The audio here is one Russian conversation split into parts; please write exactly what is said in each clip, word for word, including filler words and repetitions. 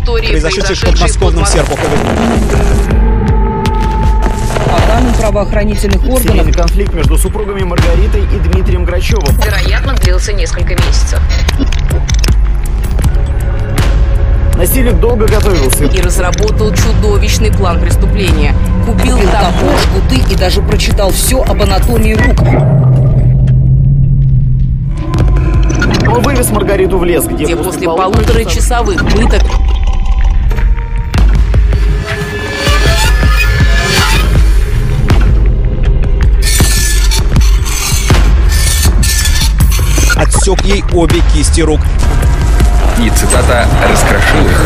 истории, произошедшей в подмосковном Серпухове. По данным правоохранительных органов, семейный конфликт между супругами Маргаритой и Дмитрием Грачевым, вероятно, длился несколько месяцев. насильник долго готовился и разработал чудовищный план преступления. Купил топор, жгуты и даже прочитал все об анатомии рук. Он вывез Маргариту в лес, где, где после, после полуторачасовых пыток отсек ей обе кисти рук. И цитата «раскрошил их».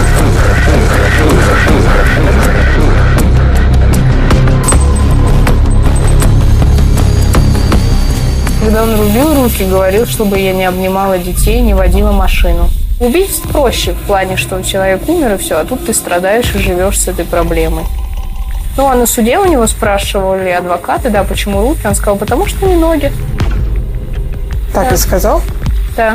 Когда он рубил руки, говорил, чтобы я не обнимала детей, не водила машину. Убить проще в плане, что человек умер и все, а тут ты страдаешь и живешь с этой проблемой. Ну, а на суде у него спрашивали адвокаты, да, почему руки? Он сказал, потому что не ноги. Так да. И сказал? Да.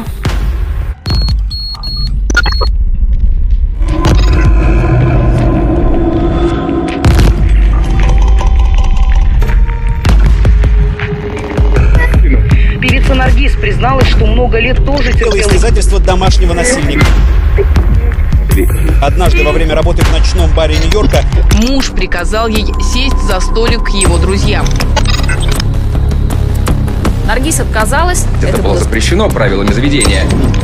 Певица Наргиз призналась, что много лет тоже терпела истязательство домашнего насильника. Однажды во время работы в ночном баре Нью-Йорка муж приказал ей сесть за столик к его друзьям. Наргиз отказалась. Это, Это было запрещено правилами заведения.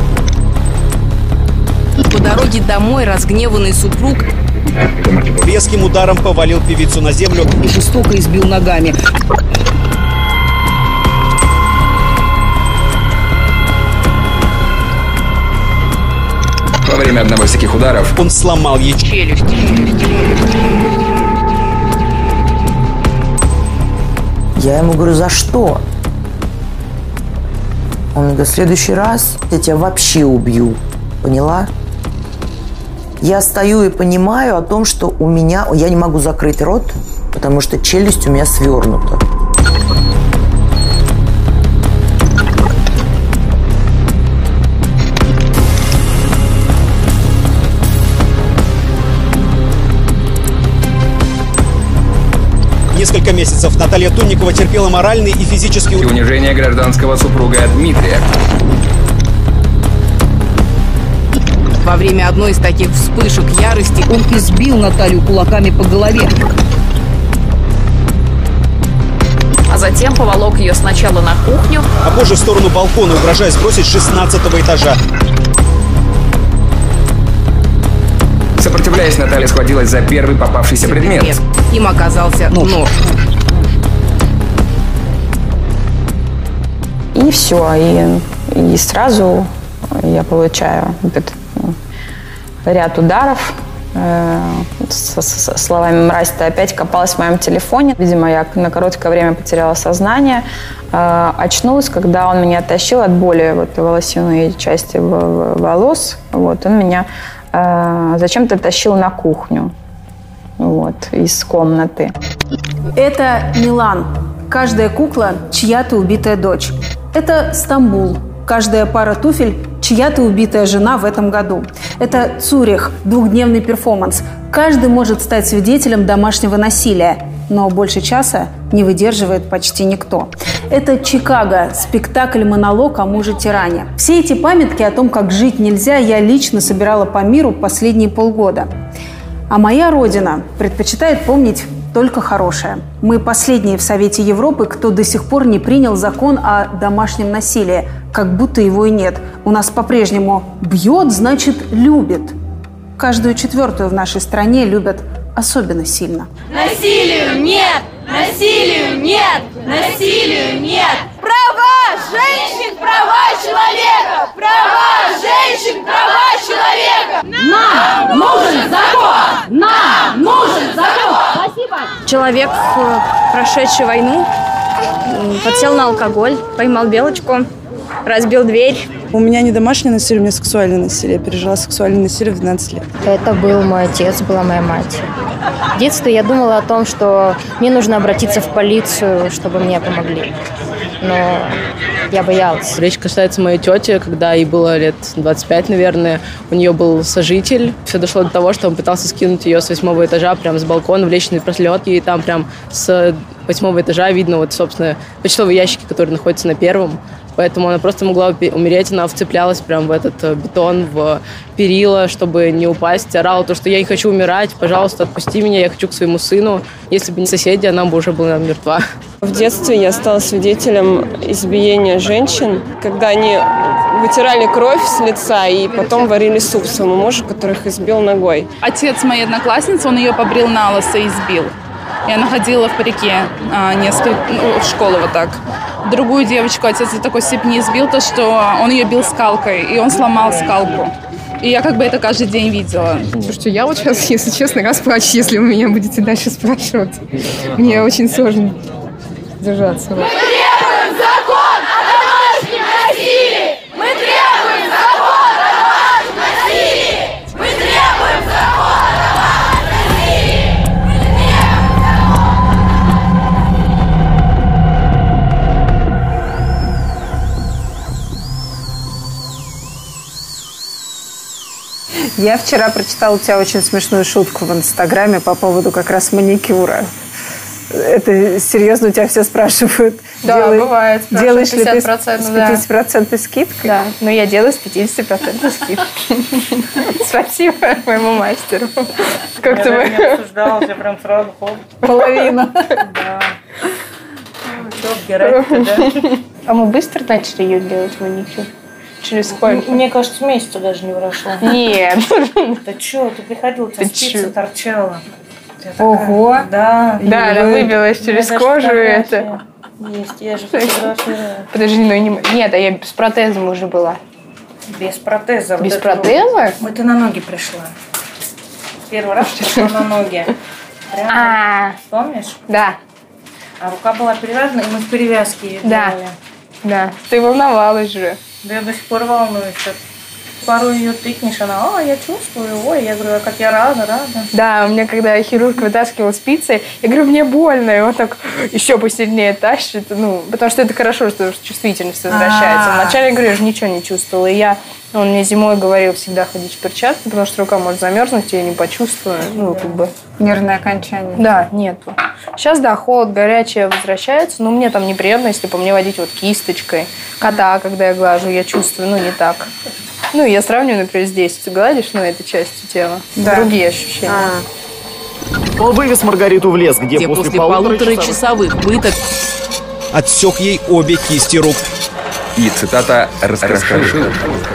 По дороге домой разгневанный супруг резким ударом повалил певицу на землю и жестоко избил ногами. Во время одного из таких ударов он сломал ей челюсть. Я ему говорю, за что? Он мне говорит, в следующий раз я тебя вообще убью. Поняла? Я стою и понимаю о том, что у меня... Я не могу закрыть рот, потому что челюсть у меня свернута. Несколько месяцев Наталья Тунникова терпела моральный и физический и унижение гражданского супруга Дмитрия. Во время одной из таких вспышек ярости он избил Наталью кулаками по голове. А затем поволок ее сначала на кухню, а позже в сторону балкона, угрожая сбросить с шестнадцатого этажа. Сопротивляясь, Наталья схватилась за первый попавшийся предмет. Им оказался нож. нож. И все. И, и сразу я получаю этот ряд ударов э, со, со словами «мразь, ты опять копалась в моем телефоне». Видимо, я на короткое время потеряла сознание. Э, очнулась, когда он меня тащил от боли вот, волосяной части волос. Вот, он меня э, зачем-то тащил на кухню. Вот, из комнаты. Это Милан. Каждая кукла – чья-то убитая дочь. Это Стамбул. Каждая пара туфель – чья-то убитая жена в этом году. Это Цюрих. Двухдневный перформанс. Каждый может стать свидетелем домашнего насилия, но больше часа не выдерживает почти никто. Это Чикаго. Спектакль-монолог о муже-тиране. Все эти памятки о том, как жить нельзя, я лично собирала по миру последние полгода. А моя родина предпочитает помнить только хорошее. Мы последние в Совете Европы, кто до сих пор не принял закон о домашнем насилии, как будто его и нет. У нас по-прежнему бьет, значит, любит. Каждую четвертую в нашей стране любят особенно сильно. Насилию нет! Насилию нет! Насилию нет! Права женщин, права человека! Права женщин, права человека! Нам нужен закон! Нам нужен закон! Спасибо! Человек, прошедший войну, подсел на алкоголь, поймал белочку, разбил дверь, У меня не домашнее насилие, у меня сексуальное насилие. Я пережила сексуальное насилие в двенадцать лет. Это был мой отец, была моя мать. В детстве я думала о том, что мне нужно обратиться в полицию, чтобы мне помогли. Но я боялась. Речь касается моей тети, когда ей было лет двадцать пять, наверное. У нее был сожитель. Все дошло до того, что он пытался скинуть ее с восьмого этажа, прям с балкона в лестничный пролет. И там прям с восьмого этажа видно, вот, собственно, почтовые ящики, которые находятся на первом. Поэтому она просто могла умереть. Она вцеплялась прям в этот бетон, в перила, чтобы не упасть. Орала то, что я не хочу умирать, пожалуйста, отпусти меня, я хочу к своему сыну. Если бы не соседи, она бы уже была мертва. В детстве я стала свидетелем избиения женщин, когда они вытирали кровь с лица и потом варили суп своему мужу, который их избил ногой. Отец моей одноклассницы, он ее побрил на лысо и избил. И она ходила в парике а, несколько, ну, в школу вот так. Другую девочку отец до такой степени избил, то, что он ее бил скалкой, и он сломал скалку. И я как бы это каждый день видела. Слушайте, я вот сейчас, если честно, расплачусь, если вы меня будете дальше спрашивать. Мне очень сложно держаться. Мы требуем закон о домашнем насилии! Мы требуем закон о домашнем насилии! Мы требуем закон о домашнем насилии! Мы Я вчера прочитала у тебя очень смешную шутку в Инстаграме по поводу как раз маникюра. Это серьезно, у тебя все спрашивают? Да, делай, бывает. Делаешь ли ты с пятьдесят процентов скидкой? Да, но я делаю с пятьдесят процентов скидкой. Спасибо моему мастеру. Как-то мы... не обсуждала, я прям сразу хоп. Половина. Да. Что вбирать-то, да? А мы быстро начали ее делать, маникюр? Через сколько? Мне кажется, месяца даже не прошло. Нет. Да что, ты приходила, у тебя спица торчала. Ого. Да. Да, она выбилась через кожу. Это. Есть, я же фотографирую. Подожди, ну не... Нет, а я без протезом уже была. Без протеза. Без протеза? Вот ты на ноги пришла. Первый раз пришла на ноги. Прямо. Помнишь? Да. А рука была перевязана, и мы в перевязке да. делали. Да. Ты волновалась же. Да я до сих пор волнуюсь. Пару ее тыкнешь, она, а, я чувствую, ой, я говорю, а как я рада, рада. Да, у меня, когда хирург вытаскивал спицы, я говорю, мне больно, и он так еще посильнее тащит, ну, потому что это хорошо, что чувствительность возвращается. А-а-а. Вначале, я говорю, я же ничего не чувствовала, и я, он мне зимой говорил всегда ходить в перчатке, потому что рука может замерзнуть, я ее не почувствую, ну, как бы. Нервное окончание. Да, нету. Сейчас, да, холод, горячее возвращается, но мне там неприятно, если по мне водить вот кисточкой. Кота, когда я глажу, я чувствую, ну, не так. Ну, я сравниваю, например, здесь. Ты гладишь, ну, этой частью тела. Да. Другие ощущения. Он вывез Маргариту в лес, где, где после, после полуторачасовых пыток отсек ей обе кисти рук. И, цитата, «раскрошил».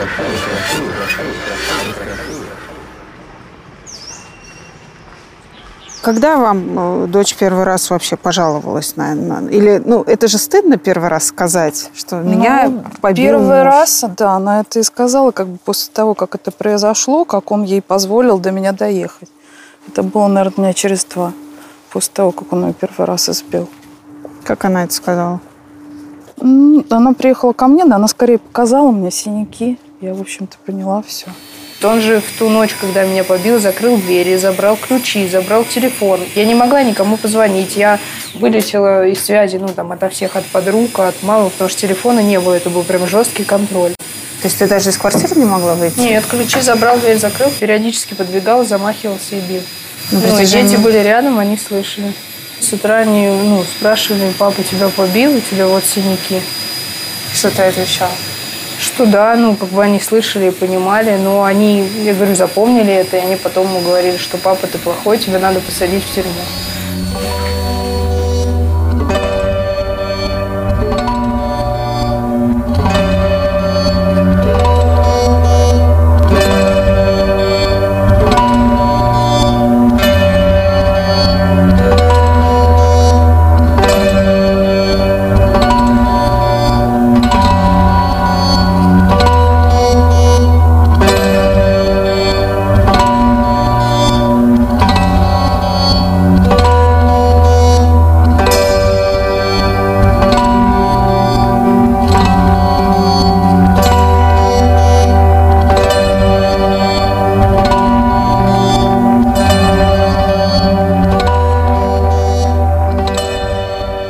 Когда вам э, дочь первый раз вообще пожаловалась, наверное? Или, ну, это же стыдно первый раз сказать, что меня ну, побил Первый муж. раз, да, она это и сказала, как бы после того, как это произошло, как он ей позволил до меня доехать. Это было, наверное, дня через два, после того, как он ее первый раз избил. Как она это сказала? Она приехала ко мне, да, она скорее показала мне синяки. Я, в общем-то, поняла все. Он же в ту ночь, когда меня побил, закрыл двери, забрал ключи, забрал телефон. Я не могла никому позвонить. Я вылетела из связи, ну, там, ото всех, от подруг, от мамы, потому что телефона не было. Это был прям жесткий контроль. То есть ты даже из квартиры не могла выйти? Нет, ключи забрал, дверь закрыл, периодически подвигал, замахивался и бил. Ну, ну, и дети были рядом, они слышали. С утра они, ну, спрашивали, папа тебя побил, у тебя вот синяки. Что ты отвечал? Что да, ну, как бы они слышали и понимали, но они, я говорю, запомнили это, и они потом ему говорили, что папа, ты плохой, тебя надо посадить в тюрьму.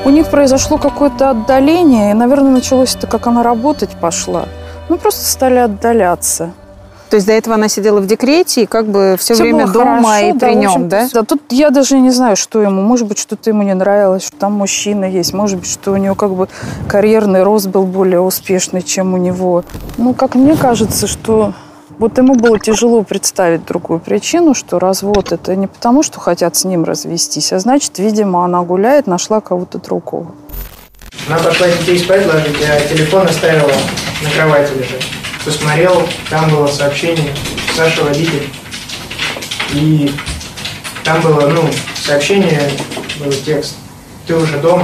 у них произошло какое-то отдаление, и, наверное, началось это, как она работать пошла. Ну, просто стали отдаляться. То есть до этого она сидела в декрете и как бы все, Всё время было дома хорошо, и да, при в нем, общем-то, да? Да, тут я даже не знаю, что ему. Может быть, что-то ему не нравилось, что там мужчина есть. Может быть, что у него как бы карьерный рост был более успешный, чем у него. Ну, как мне кажется, что вот ему было тяжело представить другую причину, что развод – это не потому, что хотят с ним развестись, а значит, видимо, она гуляет, нашла кого-то другого. Она пошла детей спать ложить, а телефон оставила на кровати лежать. Посмотрел, там было сообщение «Саша водитель». И там было, ну, сообщение, был текст «Ты уже дома?»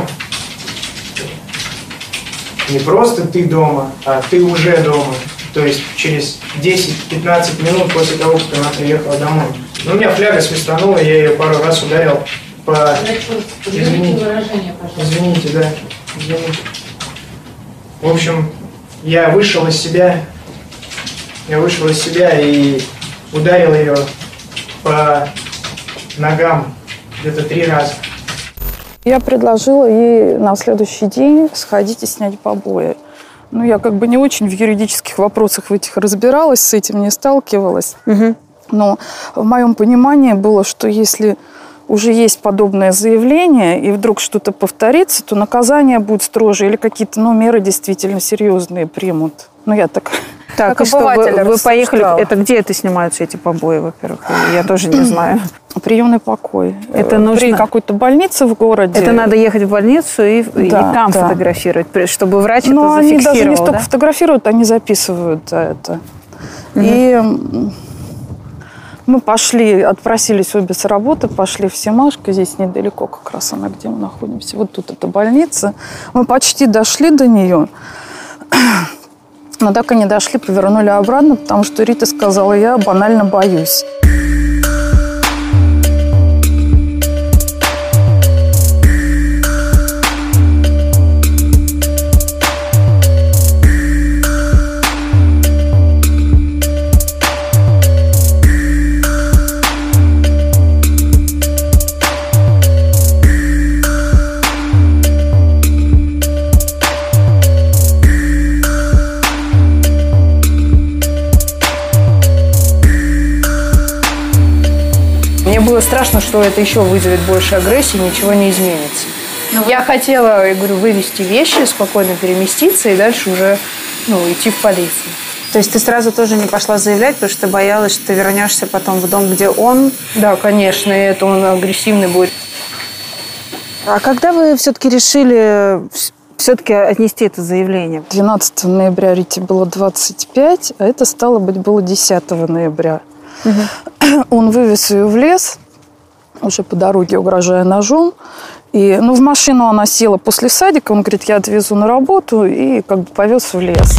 Не просто «ты дома», а «ты уже дома». То есть через десять-пятнадцать минут после того, как она приехала домой. Ну, у меня фляга свистанула, я ее пару раз ударил по... Извините, извините, да, извините. В общем, я вышел из себя, я вышел из себя и ударил ее по ногам где-то три раза. Я предложила ей на следующий день сходить и снять побои. Ну, я как бы не очень в юридических вопросах в этих разбиралась, с этим не сталкивалась. Угу. Но в моем понимании было, что если уже есть подобное заявление, и вдруг что-то повторится, то наказание будет строже или какие-то, ну, меры действительно серьезные примут. Ну, я так... Так, и что, вы, вы поехали, это где это снимаются, эти побои, во-первых? Я тоже не знаю. Приемный покой. Это нужно... При какой-то больнице в городе. Это надо ехать в больницу и, да, и там да. фотографировать, чтобы врач Но это зафиксировал, они даже не столько да? фотографируют, они записывают это. Угу. И мы пошли, отпросились обе с работы, пошли в Семашко, здесь недалеко как раз она, где мы находимся. Вот тут эта больница. Мы почти дошли до нее. Но так и не дошли, повернули обратно, потому что Рита сказала, я банально боюсь. Было страшно, что это еще вызовет больше агрессии, ничего не изменится. Ну, я хотела, я говорю, вывести вещи, спокойно переместиться и дальше уже, ну, идти в полицию. То есть ты сразу тоже не пошла заявлять, потому что ты боялась, что ты вернешься потом в дом, где он? Да, конечно, и это он агрессивный будет. А когда вы все-таки решили все-таки отнести это заявление? двенадцатого ноября Рите было двадцать пять, а это, стало быть, было десятого ноября. Угу. Он вывез ее в лес, уже по дороге угрожая ножом. И, ну, в машину она села после садика. Он говорит, я отвезу на работу, и как бы повез в лес.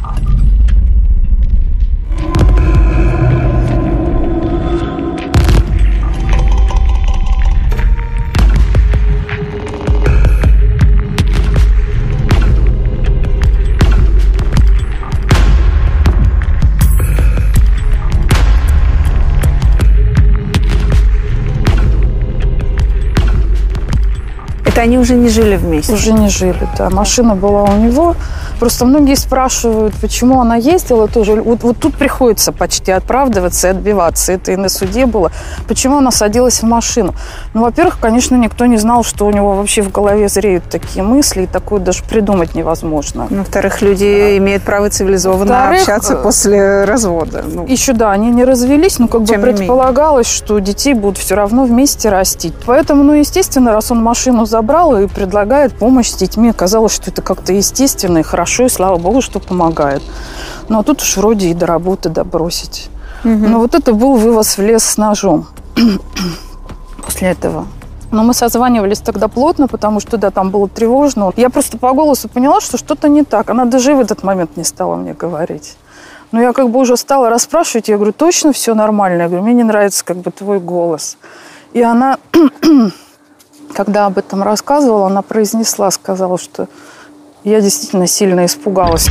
Это они уже не жили вместе? Уже не жили, да. Машина была у него. Просто многие спрашивают, почему она ездила тоже. Вот, вот тут приходится почти оправдываться и отбиваться. Это и на суде было. Почему она садилась в машину? Ну, во-первых, конечно, никто не знал, что у него вообще в голове зреют такие мысли, и такое даже придумать невозможно. Во-вторых, люди да. имеют право цивилизованно общаться после развода. Ну. Еще, да, они не развелись, но как бы предполагалось, что детей будут все равно вместе растить. Поэтому, ну, естественно, раз он машину забрал, брал и предлагает помощь с детьми. Казалось, что это как-то естественно и хорошо, и слава богу, что помогает. Ну, а тут уж вроде и до работы добросить. Угу. Но вот это был вывоз в лес с ножом после этого. Но мы созванивались тогда плотно, потому что, да, там было тревожно. Я просто по голосу поняла, что что-то не так. Она даже и в этот момент не стала мне говорить. Но я как бы уже стала расспрашивать. Я говорю, точно все нормально? Я говорю, мне не нравится как бы твой голос. И она... Когда об этом рассказывала, она произнесла, сказала, что я действительно сильно испугалась.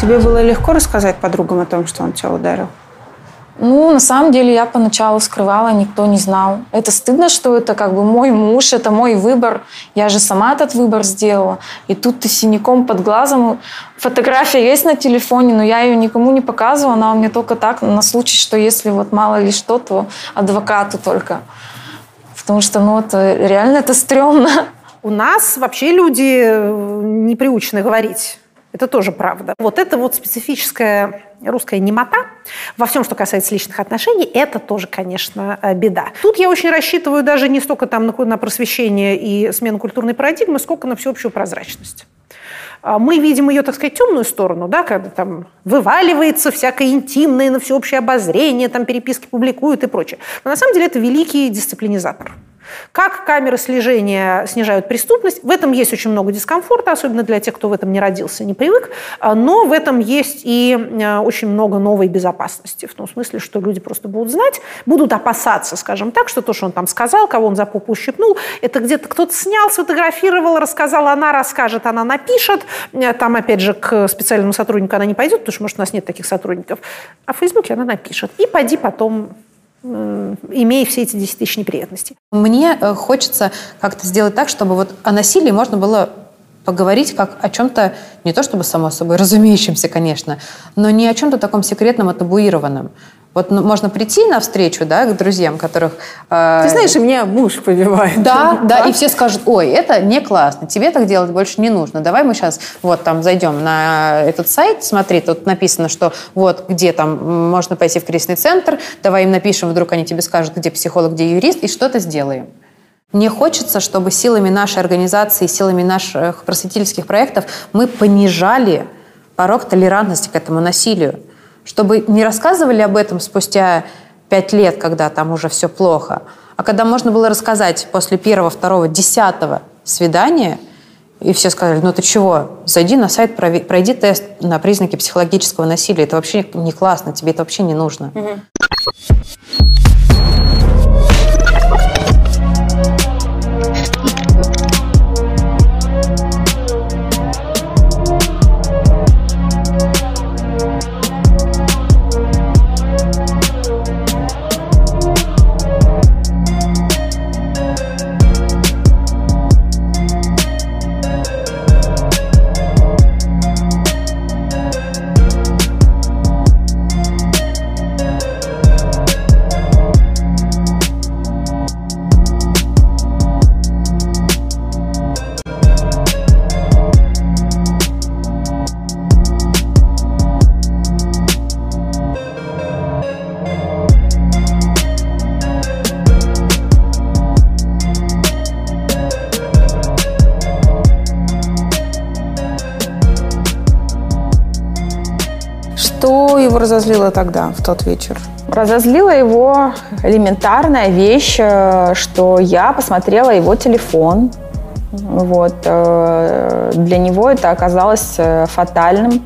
Тебе было легко рассказать подругам о том, что он тебя ударил? Ну, на самом деле, я поначалу скрывала, никто не знал. Это стыдно, что это как бы мой муж, это мой выбор. Я же сама этот выбор сделала. И тут ты синяком под глазом. Фотография есть на телефоне, но я ее никому не показывала. Она у меня только так, на случай, что если вот мало ли что, то адвокату только. Потому что, ну, это реально это стрёмно. У нас вообще люди не приучены говорить. Это тоже правда. Вот это вот специфическая русская немота во всем, что касается личных отношений, это тоже, конечно, беда. Тут я очень рассчитываю даже не столько там на, на просвещение и смену культурной парадигмы, сколько на всеобщую прозрачность. Мы видим ее, так сказать, темную сторону, да, когда там вываливается всякое интимное на всеобщее обозрение, там переписки публикуют и прочее. Но на самом деле это великий дисциплинизатор. Как камеры слежения снижают преступность, в этом есть очень много дискомфорта, особенно для тех, кто в этом не родился, не привык, но в этом есть и очень много новой безопасности, в том смысле, что люди просто будут знать, будут опасаться, скажем так, что то, что он там сказал, кого он за попу ущипнул, это где-то кто-то снял, сфотографировал, рассказал, она расскажет, она напишет, там, опять же, к специальному сотруднику она не пойдет, потому что, может, у нас нет таких сотрудников, а в Фейсбуке она напишет, и пойди потом... имея все эти десять тысяч неприятностей. Мне хочется как-то сделать так, чтобы вот о насилии можно было поговорить как о чем-то, не то чтобы само собой разумеющемся, конечно, но не о чем-то таком секретном и табуированном. Вот ну, можно прийти навстречу, да, к друзьям, которых... Э... Ты знаешь, и меня муж побивает. Да, да, и все скажут, ой, это не классно, тебе так делать больше не нужно. Давай мы сейчас вот там зайдем на этот сайт, смотри, тут написано, что вот где там можно пойти в кризисный центр, давай им напишем, вдруг они тебе скажут, где психолог, где юрист, и что-то сделаем. Мне хочется, чтобы силами нашей организации, силами наших просветительских проектов мы понижали порог толерантности к этому насилию. Чтобы не рассказывали об этом спустя пять лет, когда там уже все плохо, а когда можно было рассказать после первого, второго, десятого свидания, и все сказали, ну ты чего, зайди на сайт, пройди тест на признаки психологического насилия, это вообще не классно, тебе это вообще не нужно. Угу. Что его разозлило тогда, в тот вечер? Разозлила его элементарная вещь, что я посмотрела его телефон. Вот. Для него это оказалось фатальным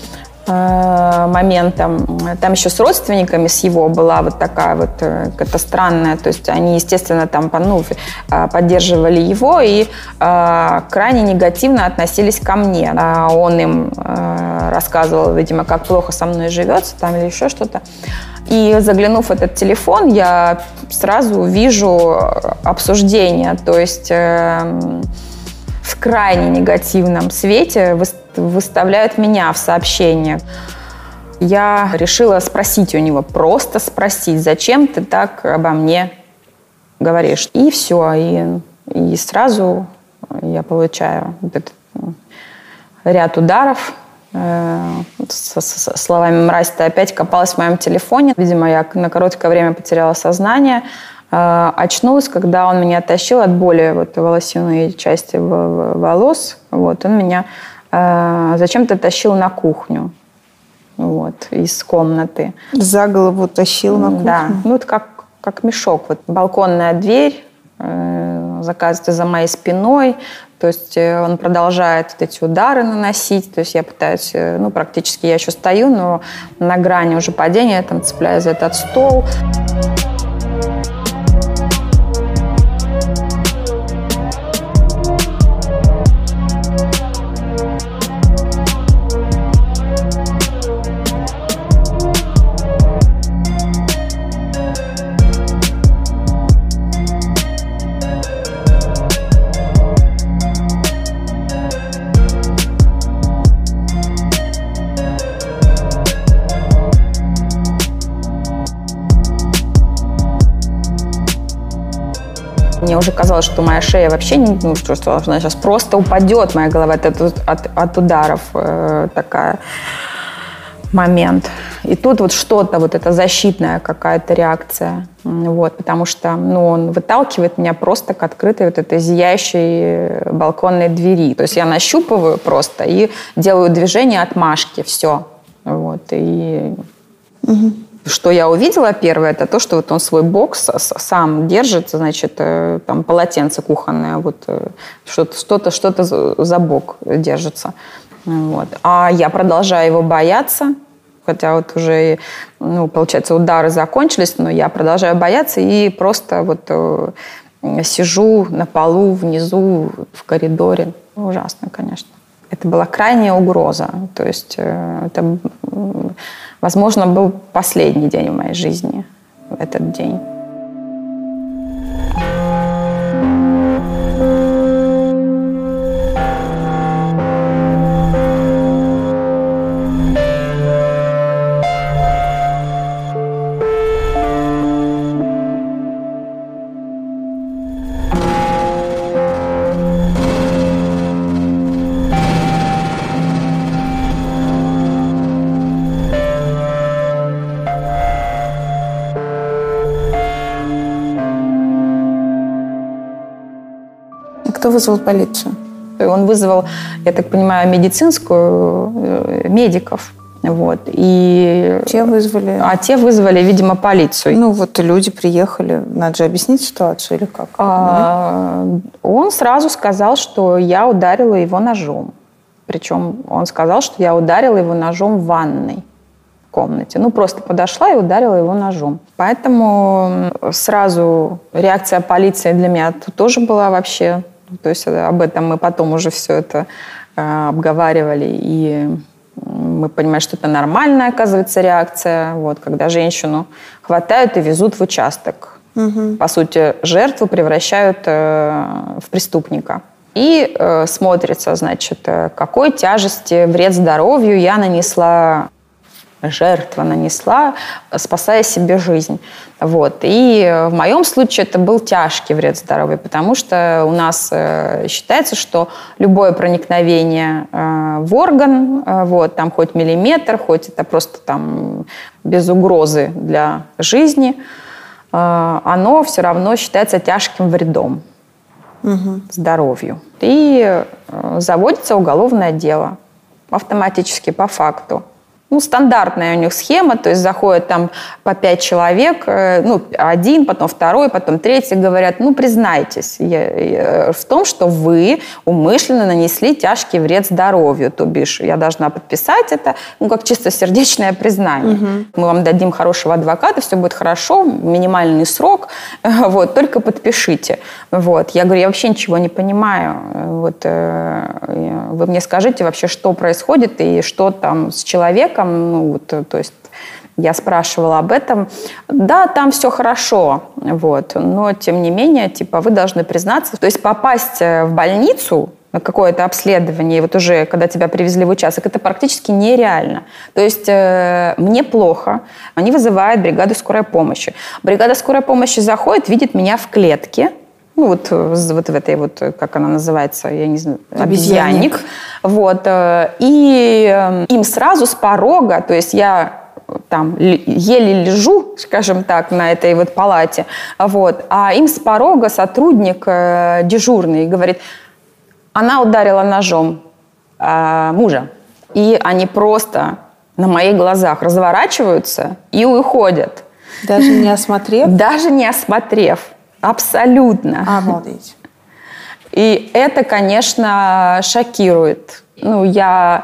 моментом. Там еще с родственниками с его была вот такая вот какая-то странная, то есть они, естественно, там ну, поддерживали его и э, крайне негативно относились ко мне. Он им э, рассказывал, видимо, как плохо со мной живется там или еще что-то. И заглянув в этот телефон, я сразу вижу обсуждение, то есть э, в крайне негативном свете выставляют меня в сообщениях. Я решила спросить у него, просто спросить, зачем ты так обо мне говоришь. И все, и, и сразу я получаю вот этот ряд ударов. Со, со словами «Мразь, ты опять копалась в моем телефоне». Видимо, я на короткое время потеряла сознание. Очнулась, когда он меня тащил от боли вот, волосяной части волос. Вот, он меня э, зачем-то тащил на кухню вот, из комнаты. За голову тащил на кухню? Да, ну вот как, как мешок. Вот, балконная дверь, э, заказывается за моей спиной. То есть он продолжает вот эти удары наносить. То есть я пытаюсь, ну практически я еще стою, но на грани уже падения, там, цепляюсь за этот стол. мне уже казалось, что моя шея вообще не, ну, что она сейчас просто упадет, моя голова от, от, от ударов э, такая момент. И тут вот что-то, вот эта защитная какая-то реакция, вот, потому что, ну, он выталкивает меня просто к открытой вот этой зияющей балконной двери. То есть я нащупываю просто и делаю движение отмашки, все. Вот, и... Угу. Что я увидела первое, это то, что вот он свой бокс сам держит, значит, там полотенце кухонное, вот что-то, что-то за бок держится. Вот. А я продолжаю его бояться, хотя вот уже, ну, получается, удары закончились, но я продолжаю бояться и просто вот сижу на полу внизу в коридоре. Ужасно, конечно. Это была крайняя угроза. То есть это, возможно, был последний день в моей жизни, этот день. Кто вызвал полицию? Он вызвал, я так понимаю, медицинскую, медиков. Вот. И... Те вызвали? А те вызвали, видимо, полицию. Ну, вот люди приехали. Надо же объяснить ситуацию или как? А, он сразу сказал, что я ударила его ножом. Причем он сказал, что я ударила его ножом в ванной комнате. Ну, просто подошла и ударила его ножом. Поэтому сразу реакция полиции для меня тоже была вообще... То есть об этом мы потом уже все это э, обговаривали, и мы понимаем, что это нормальная, оказывается, реакция. Вот, когда женщину хватают и везут в участок. Угу. По сути, жертву превращают э, в преступника. И э, смотрится, значит, какой тяжести, вред здоровью я нанесла, жертва нанесла, спасая себе жизнь. Вот. И в моем случае это был тяжкий вред здоровью, потому что у нас э, считается, что любое проникновение э, в орган, э, вот, там хоть миллиметр, хоть это просто там без угрозы для жизни, э, оно все равно считается тяжким вредом угу. здоровью. И э, заводится уголовное дело автоматически, по факту. Ну, стандартная у них схема, то есть заходят там по пять человек, ну, один, потом второй, потом третий, говорят, ну, признайтесь в том, что вы умышленно нанесли тяжкий вред здоровью, то бишь я должна подписать это, ну, как чистосердечное признание. Угу. Мы вам дадим хорошего адвоката, все будет хорошо, минимальный срок, вот, только подпишите. Вот. Я говорю, я вообще ничего не понимаю, вот, вы мне скажите вообще, что происходит и что там с человеком. Ну, вот, то есть я спрашивала об этом. Да, там все хорошо, вот, но тем не менее, типа, вы должны признаться. То есть попасть в больницу на какое-то обследование, вот уже когда тебя привезли в участок, это практически нереально. То есть э, мне плохо, они вызывают бригаду скорой помощи. Бригада скорой помощи заходит, видит меня в клетке, ну, вот, вот в этой вот, как она называется, я не знаю, обезьянник. обезьянник. Вот, и им сразу с порога, то есть я там еле лежу, скажем так, на этой вот палате, вот, а им с порога сотрудник дежурный говорит, она ударила ножом а, мужа. И они просто на моих глазах разворачиваются и уходят. Даже не осмотрев? Даже не осмотрев. Абсолютно. Обалдеть. И это, конечно, шокирует. Ну, я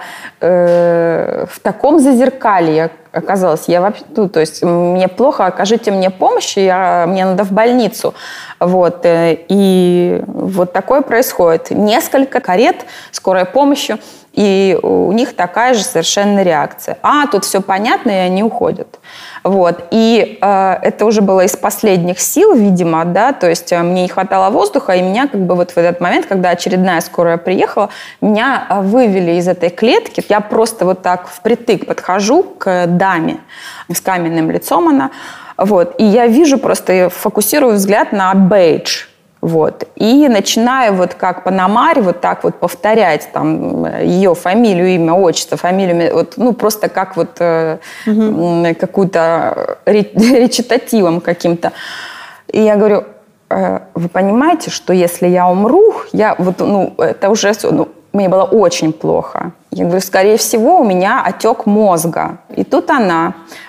э, в таком зазеркалье оказалась. Я вообще, ну, то есть мне плохо, окажите мне помощь, я, мне надо в больницу. Вот, э, и вот такое происходит. Несколько карет скорой помощи, и у них такая же совершенно реакция. А, тут все понятно, и они уходят. Вот. И э, это уже было из последних сил, видимо, да, то есть э, мне не хватало воздуха, и меня как бы вот в этот момент, когда очередная скорая приехала, меня э, вывели из этой клетки. Я просто вот так впритык подхожу к даме с каменным лицом она, вот, и я вижу просто, фокусирую взгляд на бейдж. Вот. И начинаю вот как Пономарь вот так вот повторять там ее фамилию, имя, отчество, фамилию, вот, ну просто как вот э, угу. какую-то речитативом каким-то. И я говорю, э, вы понимаете, что если я умру, я вот, ну, это уже все, ну, мне было очень плохо. Я говорю, скорее всего, у меня отек мозга. И тут она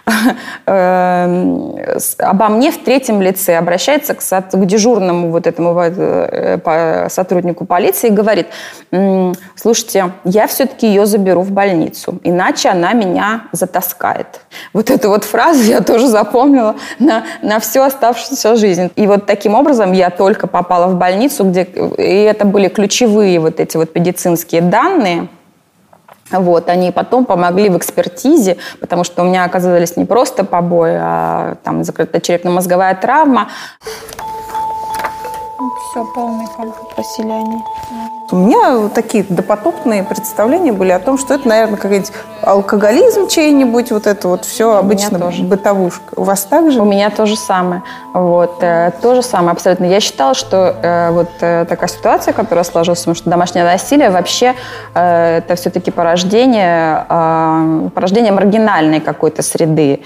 э, обо мне в третьем лице обращается к, к дежурному вот этому э, сотруднику полиции и говорит, слушайте, я все-таки ее заберу в больницу, иначе она меня затаскает. Вот эту вот фразу я тоже запомнила на, на всю оставшуюся жизнь. И вот таким образом я только попала в больницу, где и это были ключевые вот эти вот медицинские данные. Вот, они потом помогли в экспертизе, потому что у меня оказывались не просто побои, а там закрытая черепно-мозговая травма. Все, полный комфорт, просили они. У меня вот такие допотопные представления были о том, что это, наверное, какой-нибудь алкоголизм чей-нибудь, вот это вот все обычно бытовушка. У вас так же? У меня то же самое. Вот, э, то же самое абсолютно. Я считала, что э, вот э, такая ситуация, которая сложилась, потому что домашнее насилие вообще э, это все-таки порождение, э, порождение маргинальной какой-то среды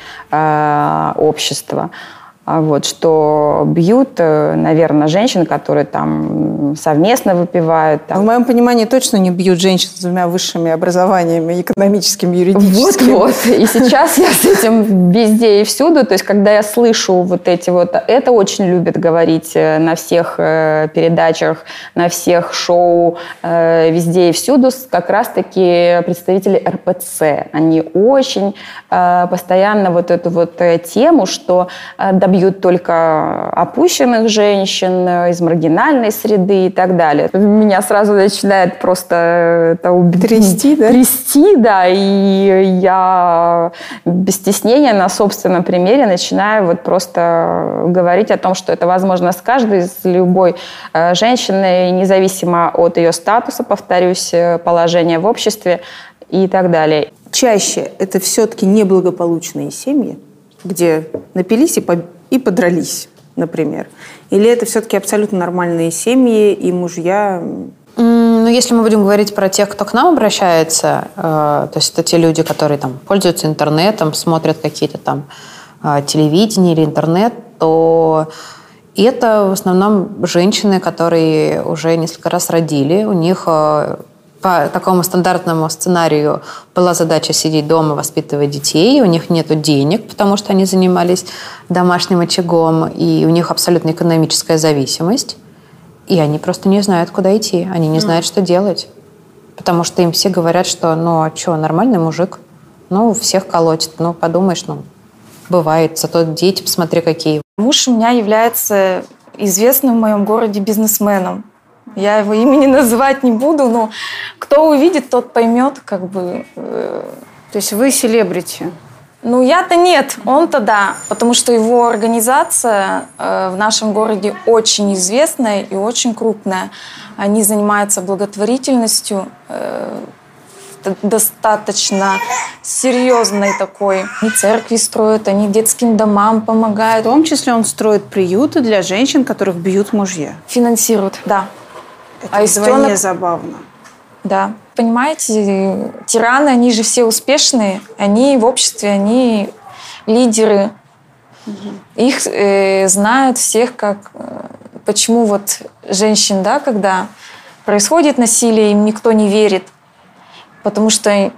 э, общества. Вот, что бьют, наверное, женщин, которые там совместно выпивают. Там. В моем понимании точно не бьют женщин с двумя высшими образованиями, экономическим, юридическим. Вот, вот. И сейчас я с этим везде и всюду. То есть, когда я слышу вот эти вот... Это очень любят говорить на всех передачах, на всех шоу, везде и всюду. Как раз-таки представители эр пэ цэ. Они очень постоянно вот эту вот тему, что добьют только опущенных женщин из маргинальной среды и так далее. Меня сразу начинает просто это уб... трясти, да? Трясти, да, и я без стеснения на собственном примере начинаю вот просто говорить о том, что это возможно с каждой, с любой женщиной, независимо от ее статуса, повторюсь, положения в обществе и так далее. Чаще это все-таки неблагополучные семьи, где напились и, по... и подрались, например? Или это все-таки абсолютно нормальные семьи и мужья? Ну, если мы будем говорить про тех, кто к нам обращается, э, то есть это те люди, которые там пользуются интернетом, смотрят какие-то там э, телевидение или интернет, то это в основном женщины, которые уже несколько раз родили, у них... Э, по такому стандартному сценарию была задача сидеть дома, воспитывать детей. У них нет денег, потому что они занимались домашним очагом, и у них абсолютно экономическая зависимость. И они просто не знают, куда идти. Они не знают, что делать. Потому что им все говорят, что ну а что, нормальный мужик. Ну, всех колотит. Ну, подумаешь, ну, бывает. Зато дети, посмотри, какие. Муж у меня является известным в моем городе бизнесменом. Я его имени называть не буду, но кто увидит, тот поймет, как бы. Э... То есть вы селебрити? Ну, я-то нет, он-то да, потому что его организация э, в нашем городе очень известная и очень крупная. Они занимаются благотворительностью, э, достаточно серьезной такой. Они церкви строят, они детским домам помогают. В том числе он строит приюты для женщин, которых бьют мужья? Финансирует, да. Это а вдвойне забавно. Да. Понимаете, тираны, они же все успешные. Они в обществе, они лидеры. Угу. Их э, знают всех, как... Э, почему вот женщин, да, когда происходит насилие, им никто не верит. Потому что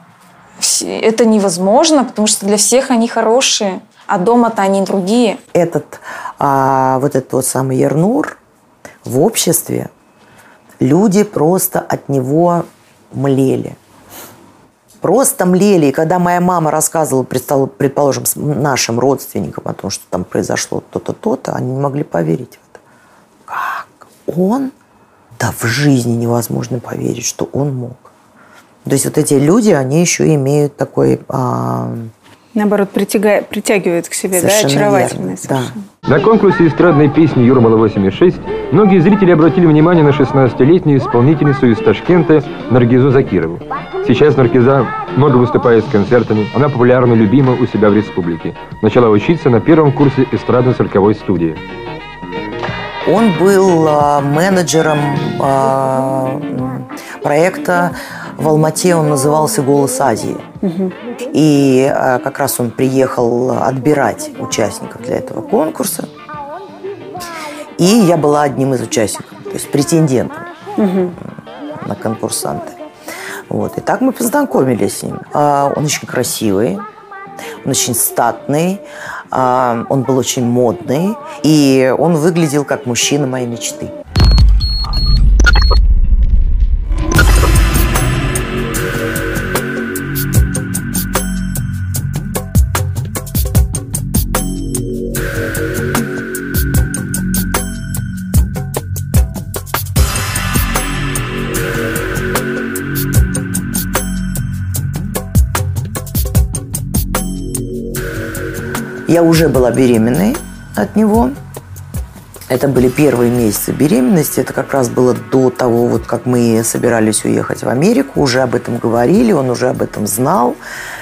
это невозможно, потому что для всех они хорошие, а дома-то они другие. Этот, а, вот этот вот самый Ернур в обществе, люди просто от него млели. Просто млели. И когда моя мама рассказывала, предположим, нашим родственникам о том, что там произошло то-то, то-то, они не могли поверить в это. Как? Он? Да в жизни невозможно поверить, что он мог. То есть вот эти люди, они еще имеют такой... А... Наоборот, притягивают, притягивают к себе, да, очаровательность. Да. На конкурсе эстрадной песни «Юрмала-восемьдесят шесть» многие зрители обратили внимание на шестнадцатилетнюю исполнительницу из Ташкента Наргизу Закирову. Сейчас Наргиза много выступает с концертами, она популярна и любима у себя в республике. Начала учиться на первом курсе эстрадно-цирковой студии. Он был а, менеджером а, проекта в Алмате, он назывался «Голос Азии». Угу. И а, как раз он приехал отбирать участников для этого конкурса. И я была одним из участников, то есть претендентом угу. на конкурсанта. Вот. И так мы познакомились с ним. А, он очень красивый, он очень статный, а, он был очень модный, и он выглядел как мужчина моей мечты. Я уже была беременной от него. Это были первые месяцы беременности. Это как раз было до того, вот как мы собирались уехать в Америку. Уже об этом говорили, он уже об этом знал.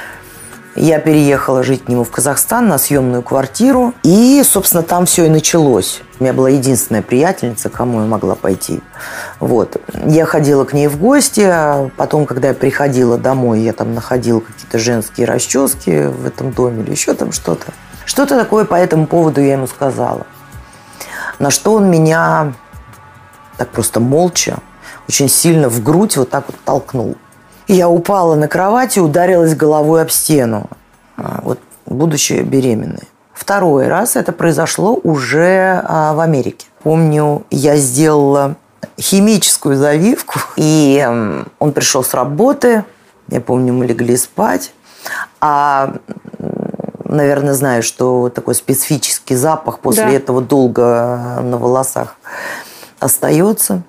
Я переехала жить к нему в Казахстан на съемную квартиру. И, собственно, там все и началось. У меня была единственная приятельница, к кому я могла пойти. Вот. Я ходила к ней в гости. А потом, когда я приходила домой, я там находила какие-то женские расчески в этом доме или еще там что-то. Что-то такое по этому поводу я ему сказала. На что он меня так просто молча, очень сильно в грудь вот так вот толкнул. Я упала на кровать и ударилась головой об стену, вот, будучи беременной. Второй раз это произошло уже а, в Америке. Помню, я сделала химическую завивку, и э, он пришел с работы. Я помню, мы легли спать. А, наверное, знаю, что такой специфический запах после да. этого долго на волосах остается.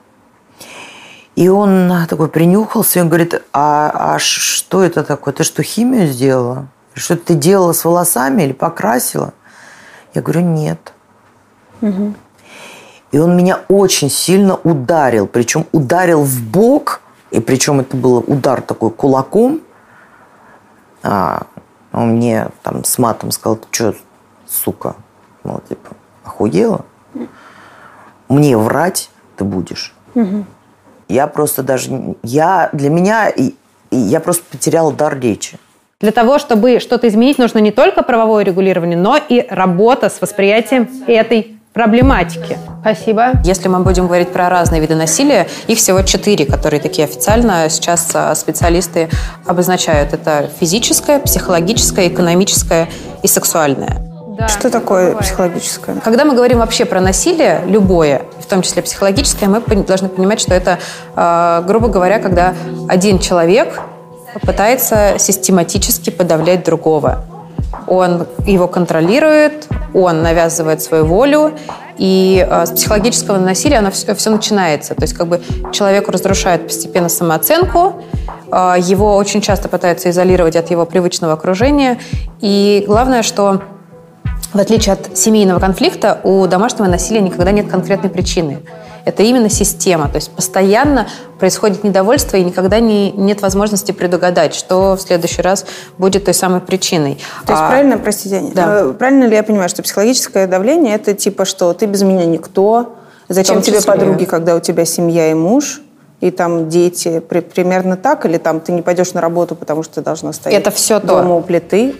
И он такой принюхался, и он говорит, а, а что это такое? Ты что, химию сделала? Что ты делала с волосами или покрасила? Я говорю, нет. Угу. И он меня очень сильно ударил. Причем ударил в бок. И причем это был удар такой кулаком. А, он мне там с матом сказал, ты что, сука, ну, типа, охуела? Мне врать ты будешь. Угу. Я просто даже... Я, для меня... Я просто потеряла дар речи. Для того, чтобы что-то изменить, нужно не только правовое регулирование, но и работа с восприятием этой проблематики. Спасибо. Если мы будем говорить про разные виды насилия, их всего четыре, которые такие официально сейчас специалисты обозначают. Это физическое, психологическое, экономическое и сексуальное. Да. Что такое психологическое? Когда мы говорим вообще про насилие, любое, в том числе психологическое, мы должны понимать, что это, грубо говоря, когда один человек пытается систематически подавлять другого. Он его контролирует, он навязывает свою волю, и э, с психологического насилия оно все, все начинается. То есть как бы человеку разрушают постепенно самооценку, э, его очень часто пытаются изолировать от его привычного окружения, и главное, что в отличие от семейного конфликта, у домашнего насилия никогда нет конкретной причины. Это именно система. То есть постоянно происходит недовольство, и никогда не, нет возможности предугадать, что в следующий раз будет той самой причиной. То есть а, правильно, простите, да. правильно ли я понимаю, что психологическое давление – это типа, что ты без меня никто, зачем тебе подруги, когда у тебя семья и муж, и там дети, при, примерно так, или там ты не пойдешь на работу, потому что ты должна стоять это все дома то. у плиты?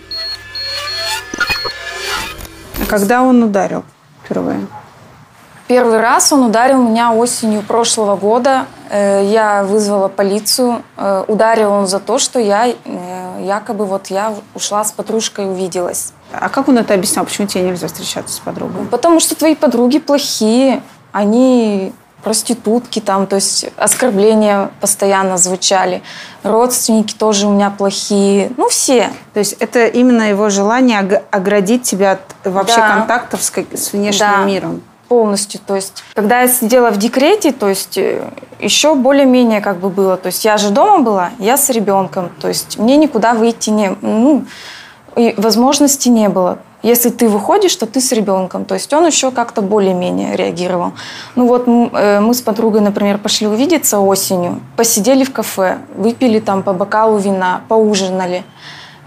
А когда он ударил впервые? Первый раз он ударил меня осенью прошлого года. Я вызвала полицию. Ударил он за то, что я якобы вот я ушла с подружкой и увиделась. А как он это объяснял? Почему тебе нельзя встречаться с подругой? Потому что твои подруги плохие. Они проститутки там, то есть оскорбления постоянно звучали. Родственники тоже у меня плохие. Ну, все. То есть это именно его желание оградить тебя от вообще да. контактов с, с внешним да. миром? Полностью. То есть, когда я сидела в декрете, то есть, еще более-менее как бы было. То есть, я же дома была, я с ребенком. То есть, мне никуда выйти не... Ну, и возможности не было. Если ты выходишь, то ты с ребенком. То есть, он еще как-то более-менее реагировал. Ну, вот мы с подругой, например, пошли увидеться осенью, посидели в кафе, выпили там по бокалу вина, поужинали.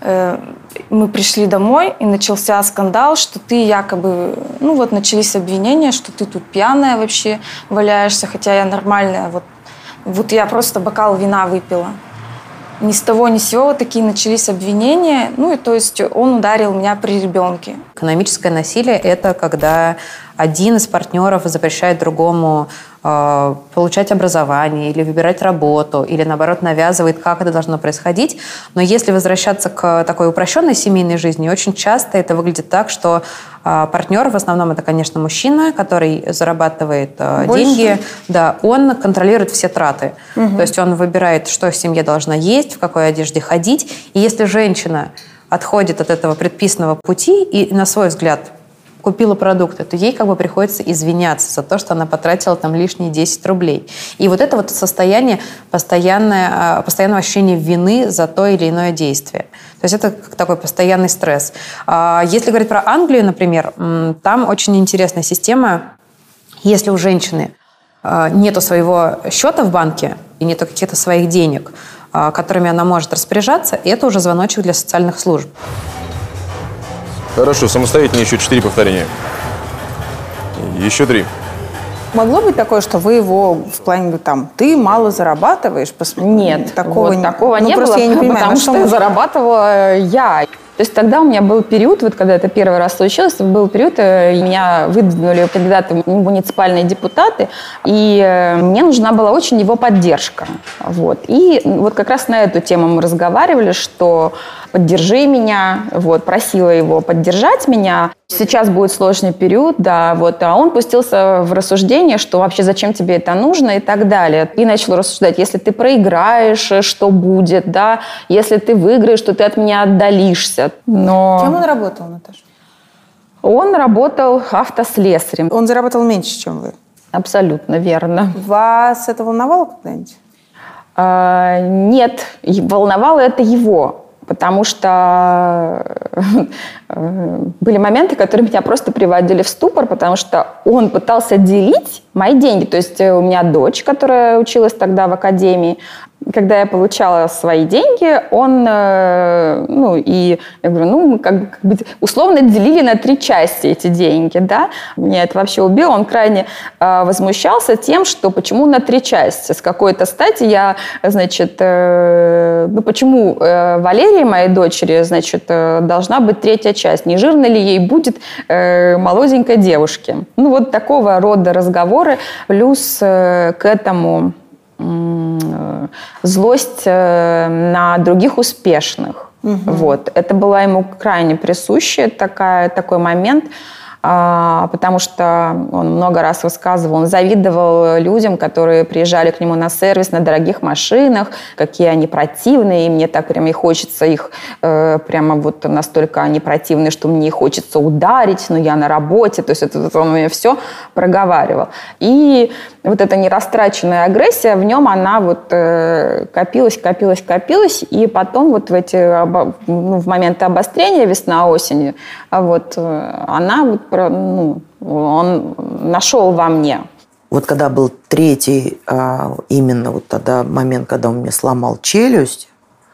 Мы пришли домой, и начался скандал, что ты якобы... Ну вот начались обвинения, что ты тут пьяная вообще валяешься, хотя я нормальная. Вот, вот я просто бокал вина выпила. Ни с того ни с сего вот такие начались обвинения. Ну и то есть он ударил меня при ребенке. Экономическое насилие – это когда один из партнеров запрещает другому э, получать образование или выбирать работу, или, наоборот, навязывает, как это должно происходить. Но если возвращаться к такой упрощенной семейной жизни, очень часто это выглядит так, что э, партнер, в основном это, конечно, мужчина, который зарабатывает э, деньги, да, он контролирует все траты. Угу. То есть он выбирает, что в семье должна есть, в какой одежде ходить. И если женщина отходит от этого предписанного пути и, на свой взгляд, купила продукты, то ей как бы приходится извиняться за то, что она потратила там лишние десять рублей. И вот это вот состояние постоянное, постоянного ощущения вины за то или иное действие. То есть это как такой постоянный стресс. Если говорить про Англию, например, там очень интересная система. Если у женщины нету своего счета в банке и нету каких-то своих денег, которыми она может распоряжаться, это уже звоночек для социальных служб. Хорошо, самостоятельно еще четыре повторения. Еще три. Могло быть такое, что вы его в плане, там, ты мало зарабатываешь? Пос... Нет, такого, вот, такого ну, не было, я не понимаю, потому что мы... зарабатывала я. То есть тогда у меня был период, вот когда это первый раз случилось, был период, меня выдвинули кандидаты в муниципальные депутаты, и мне нужна была очень его поддержка. Вот. И вот как раз на эту тему мы разговаривали, что поддержи меня, вот, просила его поддержать меня. Сейчас будет сложный период, да, вот, а он пустился в рассуждение, что вообще зачем тебе это нужно и так далее. И начал рассуждать, если ты проиграешь, что будет, да, если ты выиграешь, то ты от меня отдалишься. Но... Кем он работал, Наташа? Он работал автослесарем. Он зарабатывал меньше, чем вы? Абсолютно верно. Вас это волновало когда-нибудь? А, нет, волновало это его. Потому что были моменты, которые меня просто приводили в ступор, потому что он пытался делить мои деньги. То есть у меня дочь, которая училась тогда в академии, когда я получала свои деньги, он, ну, и я говорю, ну, мы как бы, как бы условно делили на три части эти деньги, да. Меня это вообще убило. Он крайне э, возмущался тем, что почему на три части. С какой-то стати я, значит, э, ну, почему э, Валерии, моей дочери, значит, э, должна быть третья часть? Не жирно ли ей будет э, молоденькой девушке? Ну, вот такого рода разговоры. Плюс э, к этому... злость на других успешных. Угу. Вот. Это была ему крайне присуща, такая, такой момент, а, потому что он много раз высказывал, он завидовал людям, которые приезжали к нему на сервис на дорогих машинах, какие они противные, и мне так прямо и хочется их, э, прямо вот настолько они противные, что мне хочется ударить, но я на работе, то есть это, это он мне все проговаривал. И вот эта нерастраченная агрессия, в нем она вот э, копилась, копилась, копилась, и потом вот в эти, ну, в моменты обострения весна-осень, вот, она вот, ну, он нашел во мне. Вот когда был третий, именно вот тогда момент, когда он мне сломал челюсть,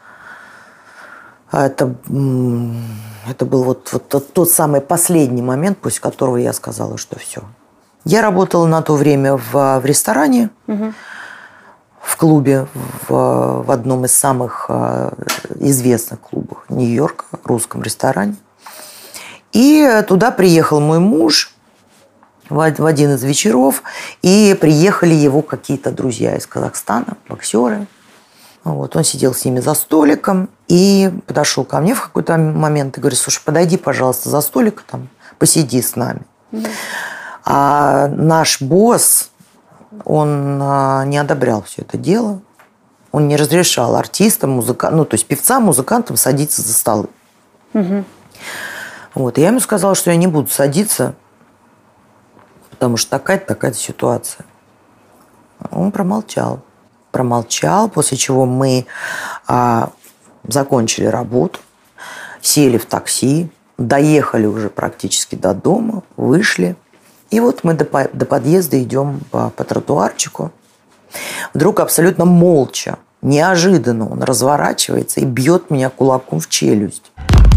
это, это был вот, вот тот, тот самый последний момент, после которого я сказала, что все. Я работала на то время в, в ресторане, угу. в клубе, в, в одном из самых известных клубов Нью-Йорка, русском ресторане. И туда приехал мой муж в один из вечеров, и приехали его какие-то друзья из Казахстана, боксеры. Вот, он сидел с ними за столиком и подошел ко мне в какой-то момент и говорит: слушай, подойди, пожалуйста, за столик, там, посиди с нами. Mm-hmm. А наш босс, он не одобрял все это дело. Он не разрешал артистам, музыкантам, ну, то есть певцам, музыкантам садиться за столы. Mm-hmm. Вот, и я ему сказала, что я не буду садиться, потому что такая-то, такая-то ситуация. Он промолчал. Промолчал, после чего мы а, закончили работу, сели в такси, доехали уже практически до дома, вышли. И вот мы до, до подъезда идем по, по тротуарчику. Вдруг абсолютно молча неожиданно он разворачивается и бьет меня кулаком в челюсть.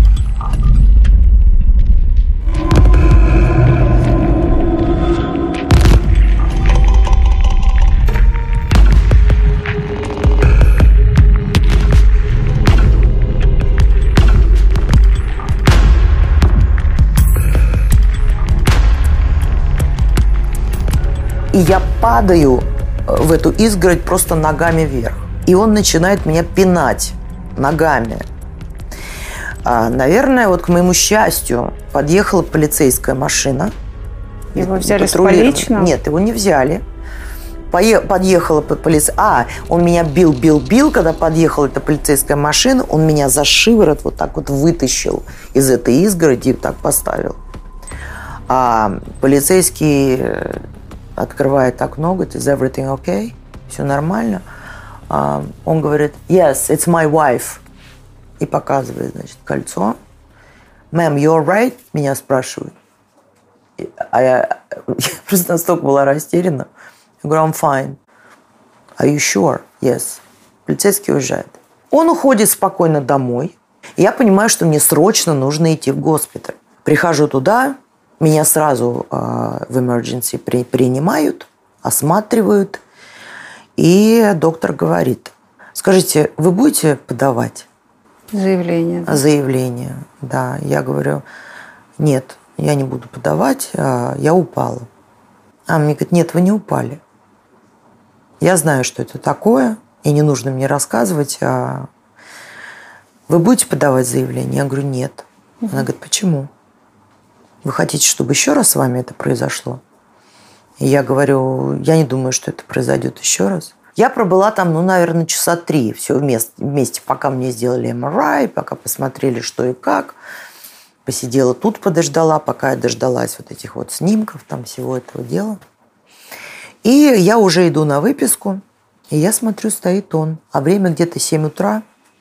И я падаю в эту изгородь просто ногами вверх. И он начинает меня пинать ногами. А, наверное, вот к моему счастью, подъехала полицейская машина. Его взяли с поличным? Нет, его не взяли. Пое... Подъехала полиция. А, он меня бил, бил, бил. Когда подъехала эта полицейская машина, он меня за шиворот вот так вот вытащил из этой изгороди и так поставил. А полицейский открывает окно, говорит, is everything okay? Все нормально? А он говорит, yes, it's my wife. И показывает, значит, кольцо. Ma'am, you're right? Меня спрашивают. А я, я просто настолько была растеряна. Я говорю, I'm fine. Are you sure? Yes. Полицейский уезжает. Он уходит спокойно домой. И я понимаю, что мне срочно нужно идти в госпиталь. Прихожу туда, меня сразу э, в emergency при, принимают, осматривают. И доктор говорит, скажите, вы будете подавать? Заявление. Да. Заявление, да. Я говорю, нет, я не буду подавать, я упала. А мне говорит, нет, вы не упали. Я знаю, что это такое, и не нужно мне рассказывать. А вы будете подавать заявление? Я говорю, нет. Она говорит, почему? Вы хотите, чтобы еще раз с вами это произошло? И я говорю, я не думаю, что это произойдет еще раз. Я пробыла там, ну, наверное, часа три все вместе, вместе, пока мне сделали эм эр ай, пока посмотрели, что и как. Посидела тут, подождала, пока я дождалась вот этих вот снимков, там всего этого дела. И я уже иду на выписку, и я смотрю, стоит он. А время где-то семь утра.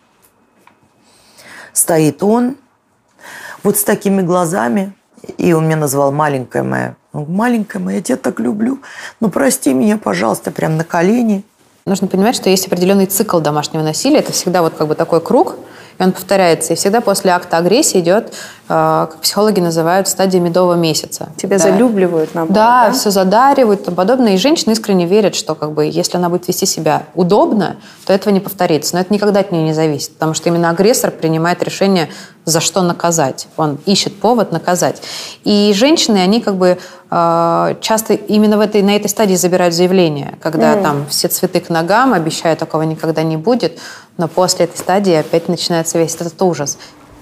Стоит он, вот с такими глазами. И он меня назвал маленькая моя. Он, маленькая моя, я тебя так люблю. Ну, прости меня, пожалуйста, прям на колени. Нужно понимать, что есть определенный цикл домашнего насилия. Это всегда вот как бы такой круг, и он повторяется. И всегда после акта агрессии идет, как психологи называют, стадия медового месяца. Тебя да. залюбливают, наоборот, да, да? все задаривают и тому подобное. И женщины искренне верят, что как бы, если она будет вести себя удобно, то этого не повторится. Но это никогда от нее не зависит, потому что именно агрессор принимает решение, за что наказать. Он ищет повод наказать. И женщины, они как бы э, часто именно в этой, на этой стадии забирают заявление, когда mm. там все цветы к ногам, обещают, такого никогда не будет, но после этой стадии опять начинается весь этот ужас.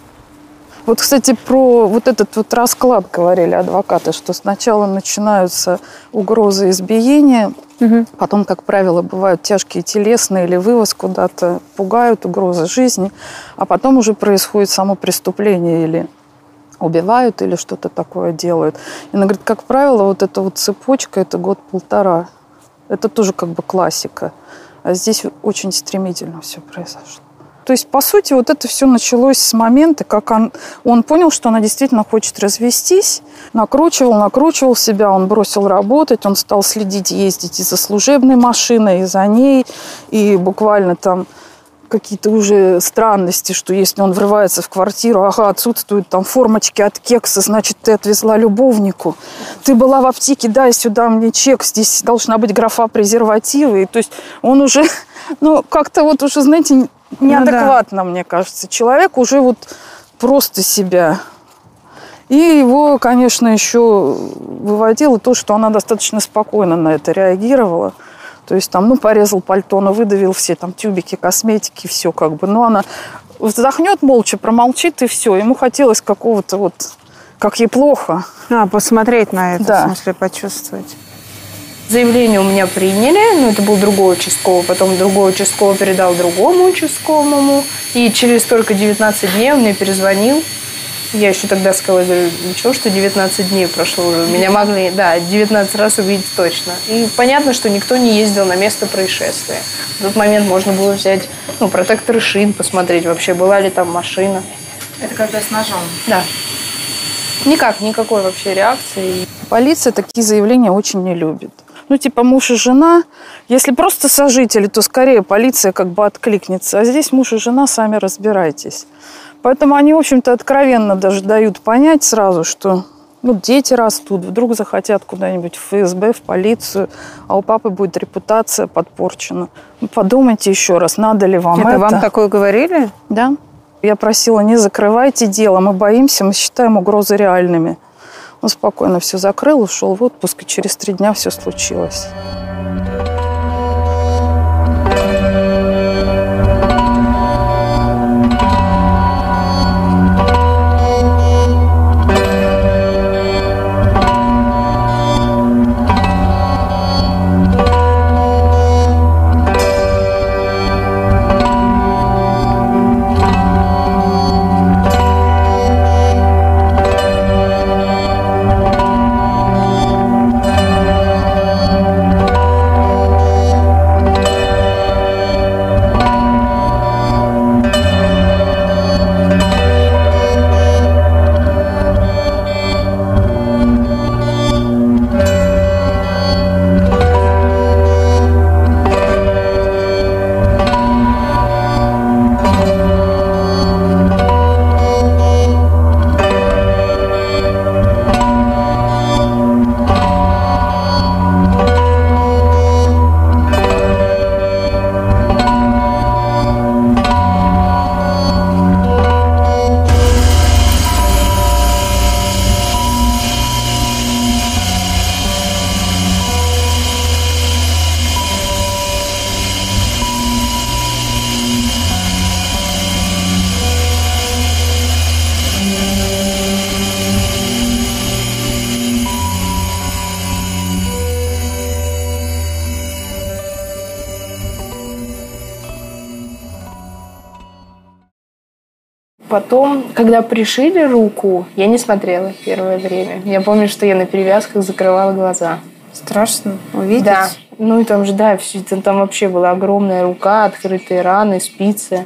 Вот, кстати, про вот этот вот расклад говорили адвокаты, что сначала начинаются угрозы избиения, угу. потом, как правило, бывают тяжкие телесные или вывоз куда-то, пугают, угрозы жизни, а потом уже происходит само преступление или убивают, или что-то такое делают. И она говорит, как правило, вот эта вот цепочка, это год-полтора. Это тоже как бы классика. А здесь очень стремительно все произошло. То есть, по сути, вот это все началось с момента, как он, он понял, что она действительно хочет развестись, накручивал, накручивал себя, он бросил работать, он стал следить, ездить и за служебной машиной, и за ней, и буквально там какие-то уже странности, что если он врывается в квартиру, ага, отсутствуют там формочки от кекса, значит, ты отвезла любовнику. Ты была в аптеке, дай сюда мне чек, здесь должна быть графа презервативы. И, то есть он уже, ну, как-то вот уже, знаете, неадекватно, ну, да. мне кажется. Человек уже вот просто себя. И его, конечно, еще выводило то, что она достаточно спокойно на это реагировала. То есть там, ну, порезал пальто, но выдавил все там тюбики, косметики, все как бы. Но она вздохнет молча, промолчит, и все. Ему хотелось какого-то вот, как ей плохо. А, посмотреть на это, да. в смысле, почувствовать. Заявление у меня приняли, но это был другой участковый. Потом другой участковый передал другому участковому. И через только девятнадцать дней он мне перезвонил. Я еще тогда сказала, говорю, ничего, что девятнадцать дней прошло уже. Меня могли, да, девятнадцать раз увидеть точно. И понятно, что никто не ездил на место происшествия. В тот момент можно было взять, ну, протекторы шин, посмотреть вообще, была ли там машина. Это когда с ножом? Да. Никак, никакой вообще реакции. Полиция такие заявления очень не любит. Ну, типа муж и жена. Если просто сожители, то скорее полиция как бы откликнется. А здесь муж и жена, сами разбирайтесь. Поэтому они, в общем-то, откровенно даже дают понять сразу, что ну, дети растут, вдруг захотят куда-нибудь в эф эс бэ, в полицию, а у папы будет репутация подпорчена. Ну, подумайте еще раз, надо ли вам это. Это вам такое говорили? Да. Я просила, не закрывайте дело, мы боимся, мы считаем угрозы реальными. Он спокойно все закрыл, ушел в отпуск, и через три дня все случилось. Потом, когда пришили руку, я не смотрела первое время. Я помню, что я на перевязках закрывала глаза. Страшно увидеть? Да. Ну и там же, да, все, там вообще была огромная рука, открытые раны, спицы.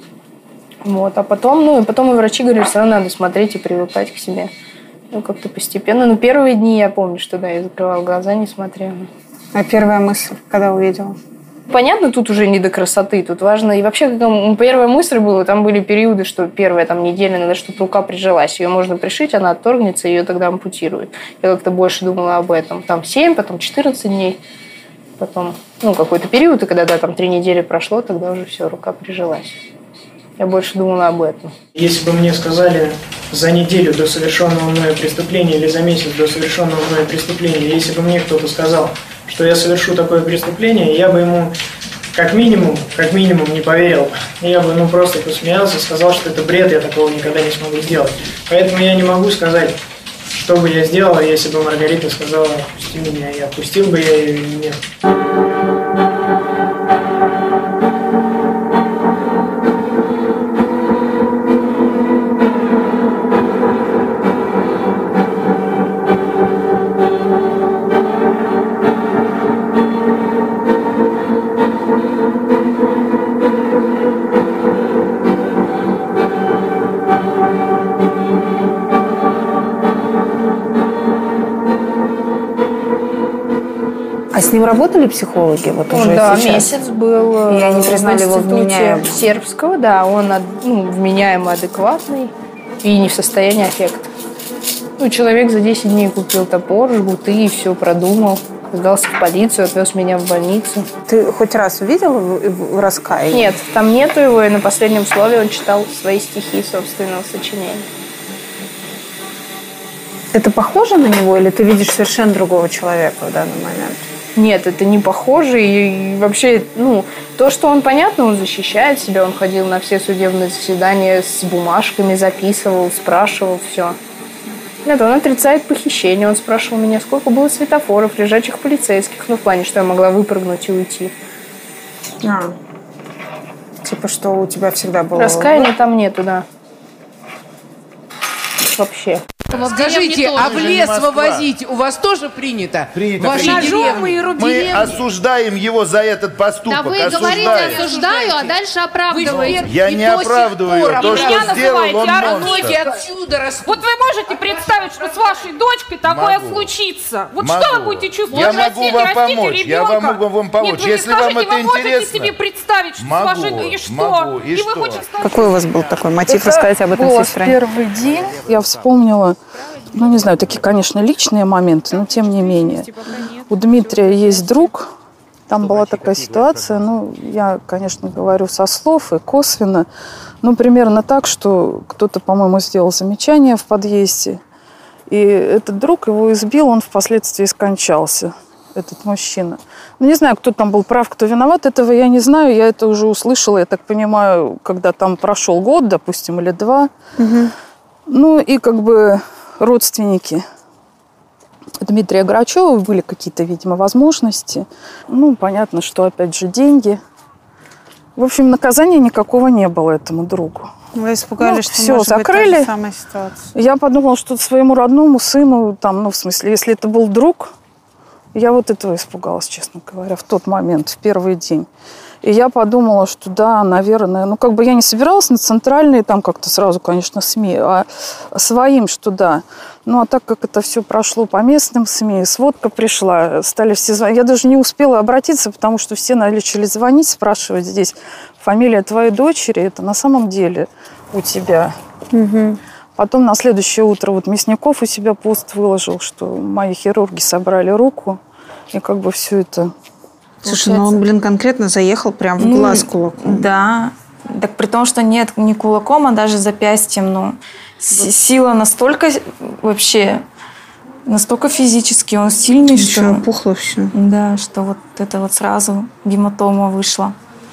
Вот. А потом, ну и потом и врачи говорили, все равно надо смотреть и привыкать к себе. Ну, как-то постепенно. Но первые дни я помню, что, да, я закрывала глаза, не смотрела. А первая мысль, когда увидела? Понятно, тут уже не до красоты, тут важно. И вообще, как первая мысль была, там были периоды, что первая там, неделя надо, чтобы рука прижилась. Ее можно пришить, она отторгнется, ее тогда ампутируют. Я как-то больше думала об этом. Там семь, потом четырнадцать дней. Потом, ну, какой-то период, и когда, да, там три недели прошло, тогда уже все, рука прижилась. Я больше думала об этом. Если бы мне сказали за неделю до совершенного мной преступления или за месяц до совершенного мной преступления, если бы мне кто-то сказал, что я совершу такое преступление, я бы ему как минимум, как минимум не поверил. Я бы ну, просто посмеялся, сказал, что это бред, я такого никогда не смогу сделать. Поэтому я не могу сказать, что бы я сделал, если бы Маргарита сказала, отпусти меня, и отпустил бы я ее или нет. А с ним работали психологи? Вот он, уже да, сейчас? месяц был. И они признали его вменяемым. Сербского, да, он ну, вменяемый, адекватный и не в состоянии аффекта. Ну, человек за десять дней купил топор, жгуты и все продумал. Сдался в полицию, отвез меня в больницу. Ты хоть раз увидела в раскаянии? Нет, там нету его, и на последнем слове он читал свои стихи собственного сочинения. Это похоже на него, или ты видишь совершенно другого человека в данный момент? Нет, это не похоже. И вообще, ну, то, что он, понятно, он защищает себя, он ходил на все судебные заседания с бумажками, записывал, спрашивал, все. Нет, он отрицает похищение. Он спрашивал меня, сколько было светофоров, лежачих полицейских, ну, в плане, что я могла выпрыгнуть и уйти. А, типа, что у тебя всегда было... Раскаяния там нету, да. Вообще. Скажите, а в лес вывозить у вас тоже принято? Принято. Ножом и Мы осуждаем его за этот поступок. Да вы осуждаем. говорите «осуждаю», а дальше оправдываете. Я не оправдываю. То, что сделал он может. Вот вы можете представить, что с вашей дочкой девочкой такое Могу. случится? Вот Могу. что вы будете чувствовать? Я могу Растите, вам растите помочь. Я ребенка. вам могу вам помочь. Нет, вы Если скажите, вам это вы можете интересно. себе представить, что Могу, с вашей... И что? могу. И вы что? хотите сказать, Какой у вас был такой мотив Это рассказать об этом было сестре? в первый день. Я вспомнила, ну, не знаю, такие, конечно, личные моменты, но тем не менее. У Дмитрия есть друг. Там была такая ситуация, ну, я, конечно, говорю со слов и косвенно, ну, примерно так, что кто-то, по-моему, сделал замечание в подъезде, и этот друг его избил, он впоследствии скончался, этот мужчина. Ну, не знаю, кто там был прав, кто виноват, этого я не знаю, я это уже услышала, я так понимаю, когда там прошел год, допустим, или два. Угу. Ну, и как бы родственники Дмитрия Грачева были какие-то, видимо, возможности. Ну, понятно, что, опять же, деньги. В общем, наказания никакого не было этому другу. Вы испугались, ну, что все, может закрыли. быть та же самая ситуация? Я подумала, что своему родному сыну, там, ну, в смысле, если это был друг, я вот этого испугалась, честно говоря, в тот момент, в первый день. И я подумала, что да, наверное, ну, как бы я не собиралась на центральные, там как-то сразу, конечно, СМИ, а своим, что да. Ну, а так как это все прошло по местным СМИ, сводка пришла, стали все звонить. Я даже не успела обратиться, потому что все начали звонить, спрашивать здесь, фамилия твоей дочери, это на самом деле у тебя. Угу. Потом на следующее утро вот Мясников у себя пост выложил, что мои хирурги собрали руку, и как бы все это... Слушай, ну он, блин, конкретно заехал прям в Ну, глаз кулаком. Да. Так при том, что нет не кулаком, а даже запястьем. Ну, с- сила настолько вообще, настолько физически, он сильный, Еще что... опухло все. Да, что вот это вот сразу гематома вышла.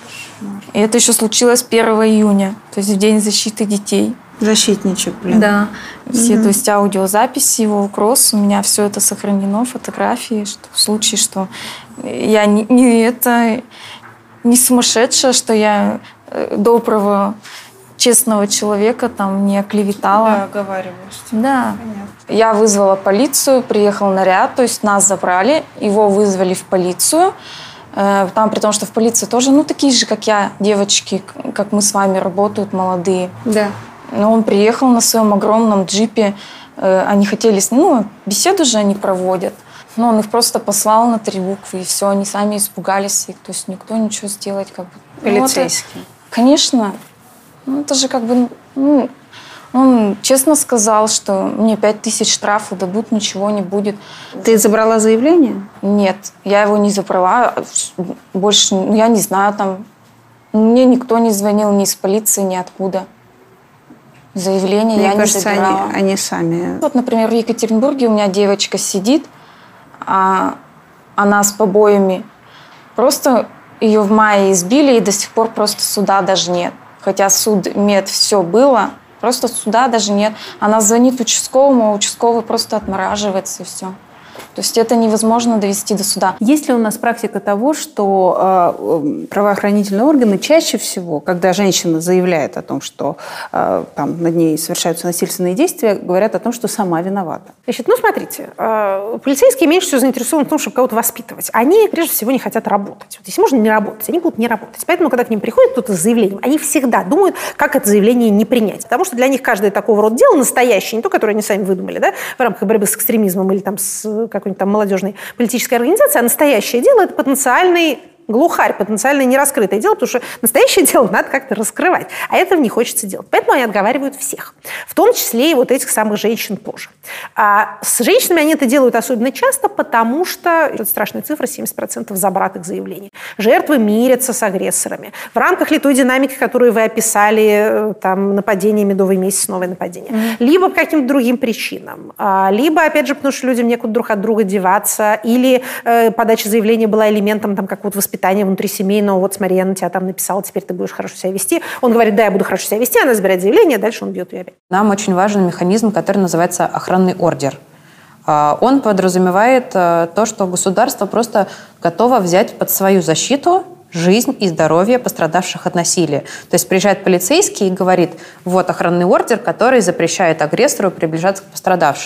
И это еще случилось первого июня, то есть в День защиты детей. Защитничек, блин. Да. Все, Мгм. то есть аудиозаписи его, укрос, у меня все это сохранено, фотографии, что в случае, что я не, не это не сумасшедшая, что я э, доброго, честного человека там не оклеветала. Да, оговариваешь. Да. Я вызвала полицию, приехал наряд, то есть нас забрали, его вызвали в полицию. Э, Там, при том, что в полиции тоже, ну, такие же, как я, девочки, к- как мы с вами, работают, молодые. Да. Но он приехал на своем огромном джипе. Э, Они хотели, с- ну, беседу же они проводят. Но он их просто послал на три буквы, и все, они сами испугались. И, то есть никто ничего сделать как бы... ну, это- Полицейский. Конечно. Ну, это же как бы... ну, он честно сказал, что мне пять тысяч штрафа дадут, ничего не будет. Ты забрала заявление? Нет, я его не забрала. Больше, ну, я не знаю, там... Мне никто не звонил ни из полиции, ни откуда. Заявление Мне я кажется, не забирала. они, они сами... Вот, например, в Екатеринбурге у меня девочка сидит, а она с побоями. Просто ее в мае избили, и до сих пор просто суда даже нет. Хотя суд, мед, все было, просто суда даже нет. Она звонит участковому, а участковый просто отмораживается, и все. То есть это невозможно довести до суда. Есть ли у нас практика того, что э, правоохранительные органы чаще всего, когда женщина заявляет о том, что э, там над ней совершаются насильственные действия, говорят о том, что сама виновата? Значит, ну, смотрите, э, полицейские меньше всего заинтересованы в том, чтобы кого-то воспитывать. Они, прежде всего, не хотят работать. Вот если можно не работать, они будут не работать. Поэтому, когда к ним приходит кто-то с заявлением, они всегда думают, как это заявление не принять. Потому что для них каждое такого рода дело настоящее, не то, которое они сами выдумали, да, в рамках борьбы с экстремизмом или там с какой-нибудь там молодежной политической организации, а настоящее дело – это потенциальный глухарь, потенциально нераскрытое дело, потому что настоящее дело надо как-то раскрывать, а этого не хочется делать. Поэтому они отговаривают всех, в том числе и вот этих самых женщин тоже. А с женщинами они это делают особенно часто, потому что, это страшная цифра, семьдесят процентов забратых заявлений. Жертвы мирятся с агрессорами. В рамках ли той динамики, которую вы описали, там, нападение, медовый месяц, новое нападение. Mm-hmm. Либо по каким-то другим причинам. Либо, опять же, потому что людям некуда друг от друга деваться, или э, подача заявления была элементом там, какого-то воспитания внутрисемейного. Вот смотри, я на тебя там написала, теперь ты будешь хорошо себя вести. Он говорит, да, я буду хорошо себя вести, она забирает заявление, а дальше он бьет ее опять. Нам очень важен механизм, который называется охранный ордер. Он подразумевает то, что государство просто готово взять под свою защиту жизнь и здоровье пострадавших от насилия. То есть приезжает полицейский и говорит, вот охранный ордер, который запрещает агрессору приближаться к пострадавшей.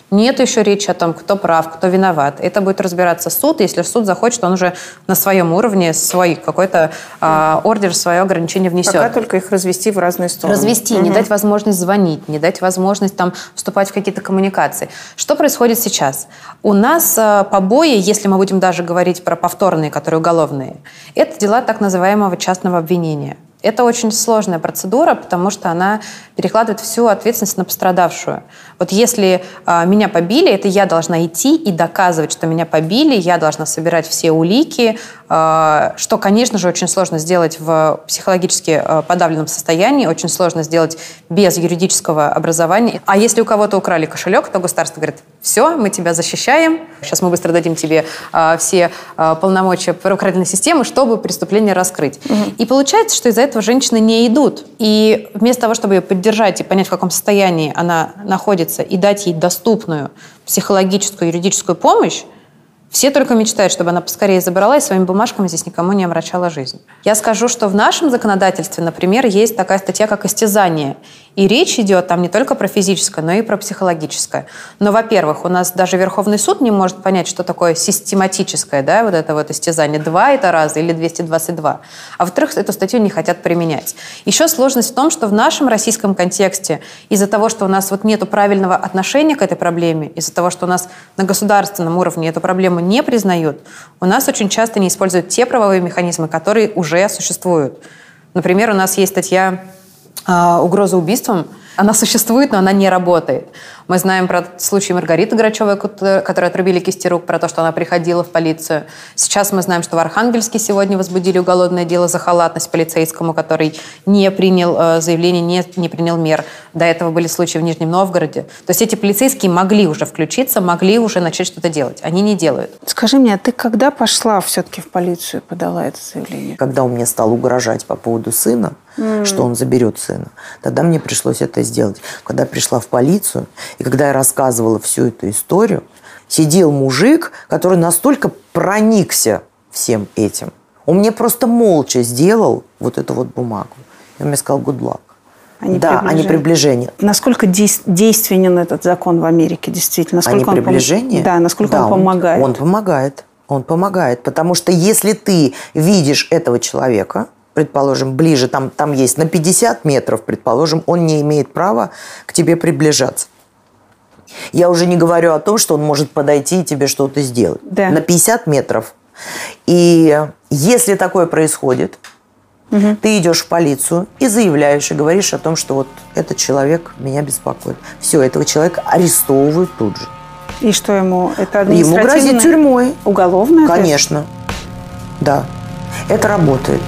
Нет еще речи о том, кто прав, кто виноват. Это будет разбираться суд. Если суд захочет, он уже на своем уровне свой какой-то э, ордер, свое ограничение внесет. Пока только их развести в разные стороны. Развести, угу. Не дать возможность звонить, не дать возможность там вступать в какие-то коммуникации. Что происходит сейчас? У нас э, побои, если мы будем даже говорить про повторные, которые уголовные, это дела так называемого частного обвинения. Это очень сложная процедура, потому что она перекладывает всю ответственность на пострадавшую. Вот если э, меня побили, это я должна идти и доказывать, что меня побили, я должна собирать все улики, э, что, конечно же, очень сложно сделать в психологически э, подавленном состоянии, очень сложно сделать без юридического образования. А если у кого-то украли кошелек, то государство говорит: все, мы тебя защищаем, сейчас мы быстро дадим тебе э, все э, полномочия правоохранительной системы, чтобы преступление раскрыть. Угу. И получается, что из-за этого женщины не идут. И вместо того, чтобы ее поддержать и понять, в каком состоянии она находится, и дать ей доступную психологическую, юридическую помощь, все только мечтают, чтобы она поскорее забрала и своими бумажками здесь никому не омрачала жизнь. Я скажу, что в нашем законодательстве, например, есть такая статья, как истязание. И речь идет там не только про физическое, но и про психологическое. Но, во-первых, у нас даже Верховный суд не может понять, что такое систематическое, да, вот это вот истязание. Два это раза или двести двадцать два. А во-вторых, эту статью не хотят применять. Еще сложность в том, что в нашем российском контексте из-за того, что у нас вот нету правильного отношения к этой проблеме, из-за того, что у нас на государственном уровне эту проблему не признают, у нас очень часто не используют те правовые механизмы, которые уже существуют. Например, у нас есть статья э, «Угроза убийством». Она существует, но она не работает. Мы знаем про случай Маргариты Грачевой, которой отрубили кисти рук, про то, что она приходила в полицию. Сейчас мы знаем, что в Архангельске сегодня возбудили уголовное дело за халатность полицейскому, который не принял э, заявление, не, не принял мер. До этого были случаи в Нижнем Новгороде. То есть эти полицейские могли уже включиться, могли уже начать что-то делать. Они не делают. Скажи мне, а ты когда пошла все-таки в полицию, подала это заявление? Когда он мне стал угрожать по поводу сына, mm. что он заберет сына, тогда мне пришлось это сделать. Когда я пришла в полицию, и когда я рассказывала всю эту историю, сидел мужик, который настолько проникся всем этим. Он мне просто молча сделал вот эту вот бумагу. И он мне сказал good luck. А не да, а не приближение. Насколько действенен этот закон в Америке, действительно? Насколько а не приближение? Он, да, насколько да, он помогает? Он, он помогает. Он помогает. Потому что если ты видишь этого человека, предположим, ближе, там, там есть на пятьдесят метров, предположим, он не имеет права к тебе приближаться. Я уже не говорю о том, что он может подойти и тебе что-то сделать. Да. На пятьдесят метров. И если такое происходит, угу. ты идешь в полицию и заявляешь, и говоришь о том, что вот этот человек меня беспокоит. Все, этого человека арестовывают тут же. И что ему? Это административное? Ему грозит тюрьмой. Уголовное? Конечно. Да. Это работает.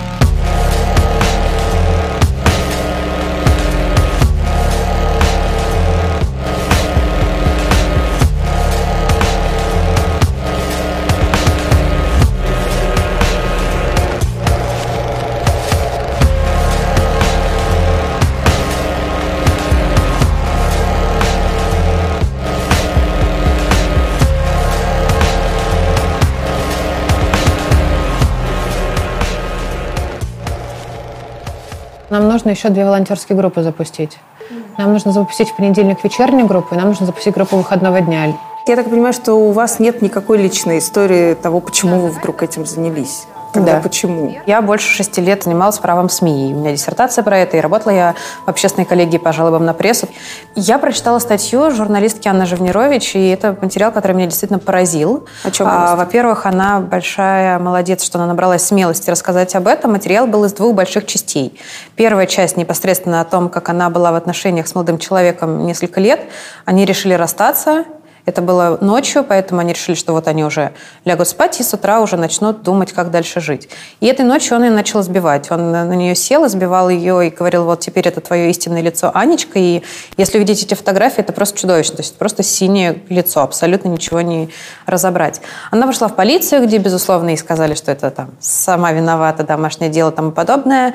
Нам нужно еще две волонтерские группы запустить. Нам нужно запустить в понедельник вечернюю группу, и нам нужно запустить группу выходного дня. Я так понимаю, что у вас нет никакой личной истории того, почему вы вдруг этим занялись. Тогда да. Почему? Я больше шести лет занималась правом СМИ. У меня диссертация про это, и работала я в общественной коллегии по жалобам на прессу. Я прочитала статью журналистки Анны Живнирович, и это материал, который меня действительно поразил. О чем а, Во-первых, она большая молодец, что она набралась смелости рассказать об этом. Материал был из двух больших частей. Первая часть непосредственно о том, как она была в отношениях с молодым человеком несколько лет. Они решили расстаться. Это было ночью, поэтому они решили, что вот они уже лягут спать и с утра уже начнут думать, как дальше жить. И этой ночью он ее начал избивать. Он на нее сел, избивал ее и говорил: вот теперь это твое истинное лицо, Анечка. И если увидите эти фотографии, это просто чудовищно. То есть просто синее лицо, абсолютно ничего не разобрать. Она пошла в полицию, где, безусловно, ей сказали, что это там сама виновата, домашнее дело и тому подобное.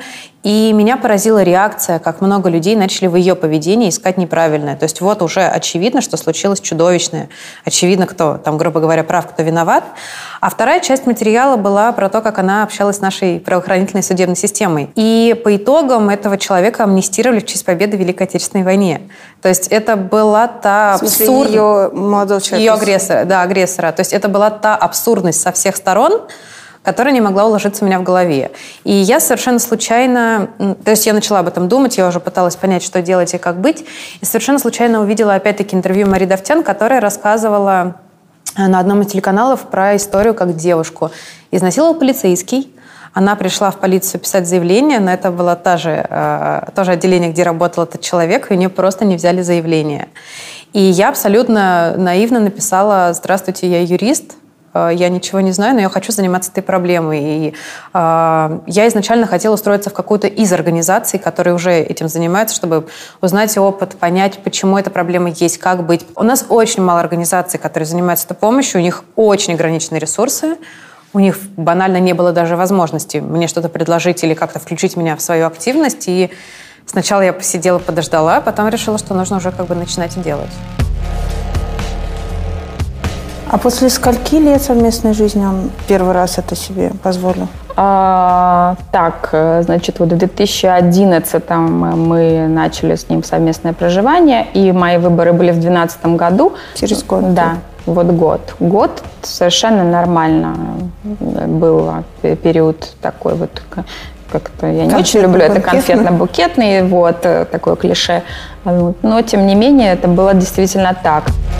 И меня поразила реакция, как много людей начали в ее поведении искать неправильное. То есть вот уже очевидно, что случилось чудовищное. Очевидно, кто там, грубо говоря, прав, кто виноват. А вторая часть материала была про то, как она общалась с нашей правоохранительной судебной системой. И по итогам этого человека амнистировали в честь победы в Великой Отечественной войне. То есть это была та абсурдность... ее молодого человека? Ее агрессора, да, агрессора. То есть это была та абсурдность со всех сторон, которая не могла уложиться у меня в голове. И я совершенно случайно... То есть я начала об этом думать, я уже пыталась понять, что делать и как быть. И совершенно случайно увидела опять-таки интервью Марии Давтян, которая рассказывала на одном из телеканалов про историю, как девушку изнасиловал полицейский. Она пришла в полицию писать заявление, но это было та же, э, тоже отделение, где работал этот человек, и у нее просто не взяли заявление. И я абсолютно наивно написала: «Здравствуйте, я юрист, я ничего не знаю, но я хочу заниматься этой проблемой». И э, я изначально хотела устроиться в какую-то из организаций, которые уже этим занимаются, чтобы узнать опыт, понять, почему эта проблема есть, как быть. У нас очень мало организаций, которые занимаются этой помощью, у них очень ограниченные ресурсы, у них банально не было даже возможности мне что-то предложить или как-то включить меня в свою активность. И сначала я посидела, подождала, а потом решила, что нужно уже как бы начинать и делать. А после скольки лет совместной жизни он первый раз это себе позволил? А, так, значит, вот в две тысячи одиннадцатом мы начали с ним совместное проживание, и мои выборы были в две тысячи двенадцатом году. Через год? Да, вот год. Год совершенно нормально был период такой вот, как-то я не очень люблю это конфетно-букетный, вот, такое клише. Но, тем не менее, это было действительно так.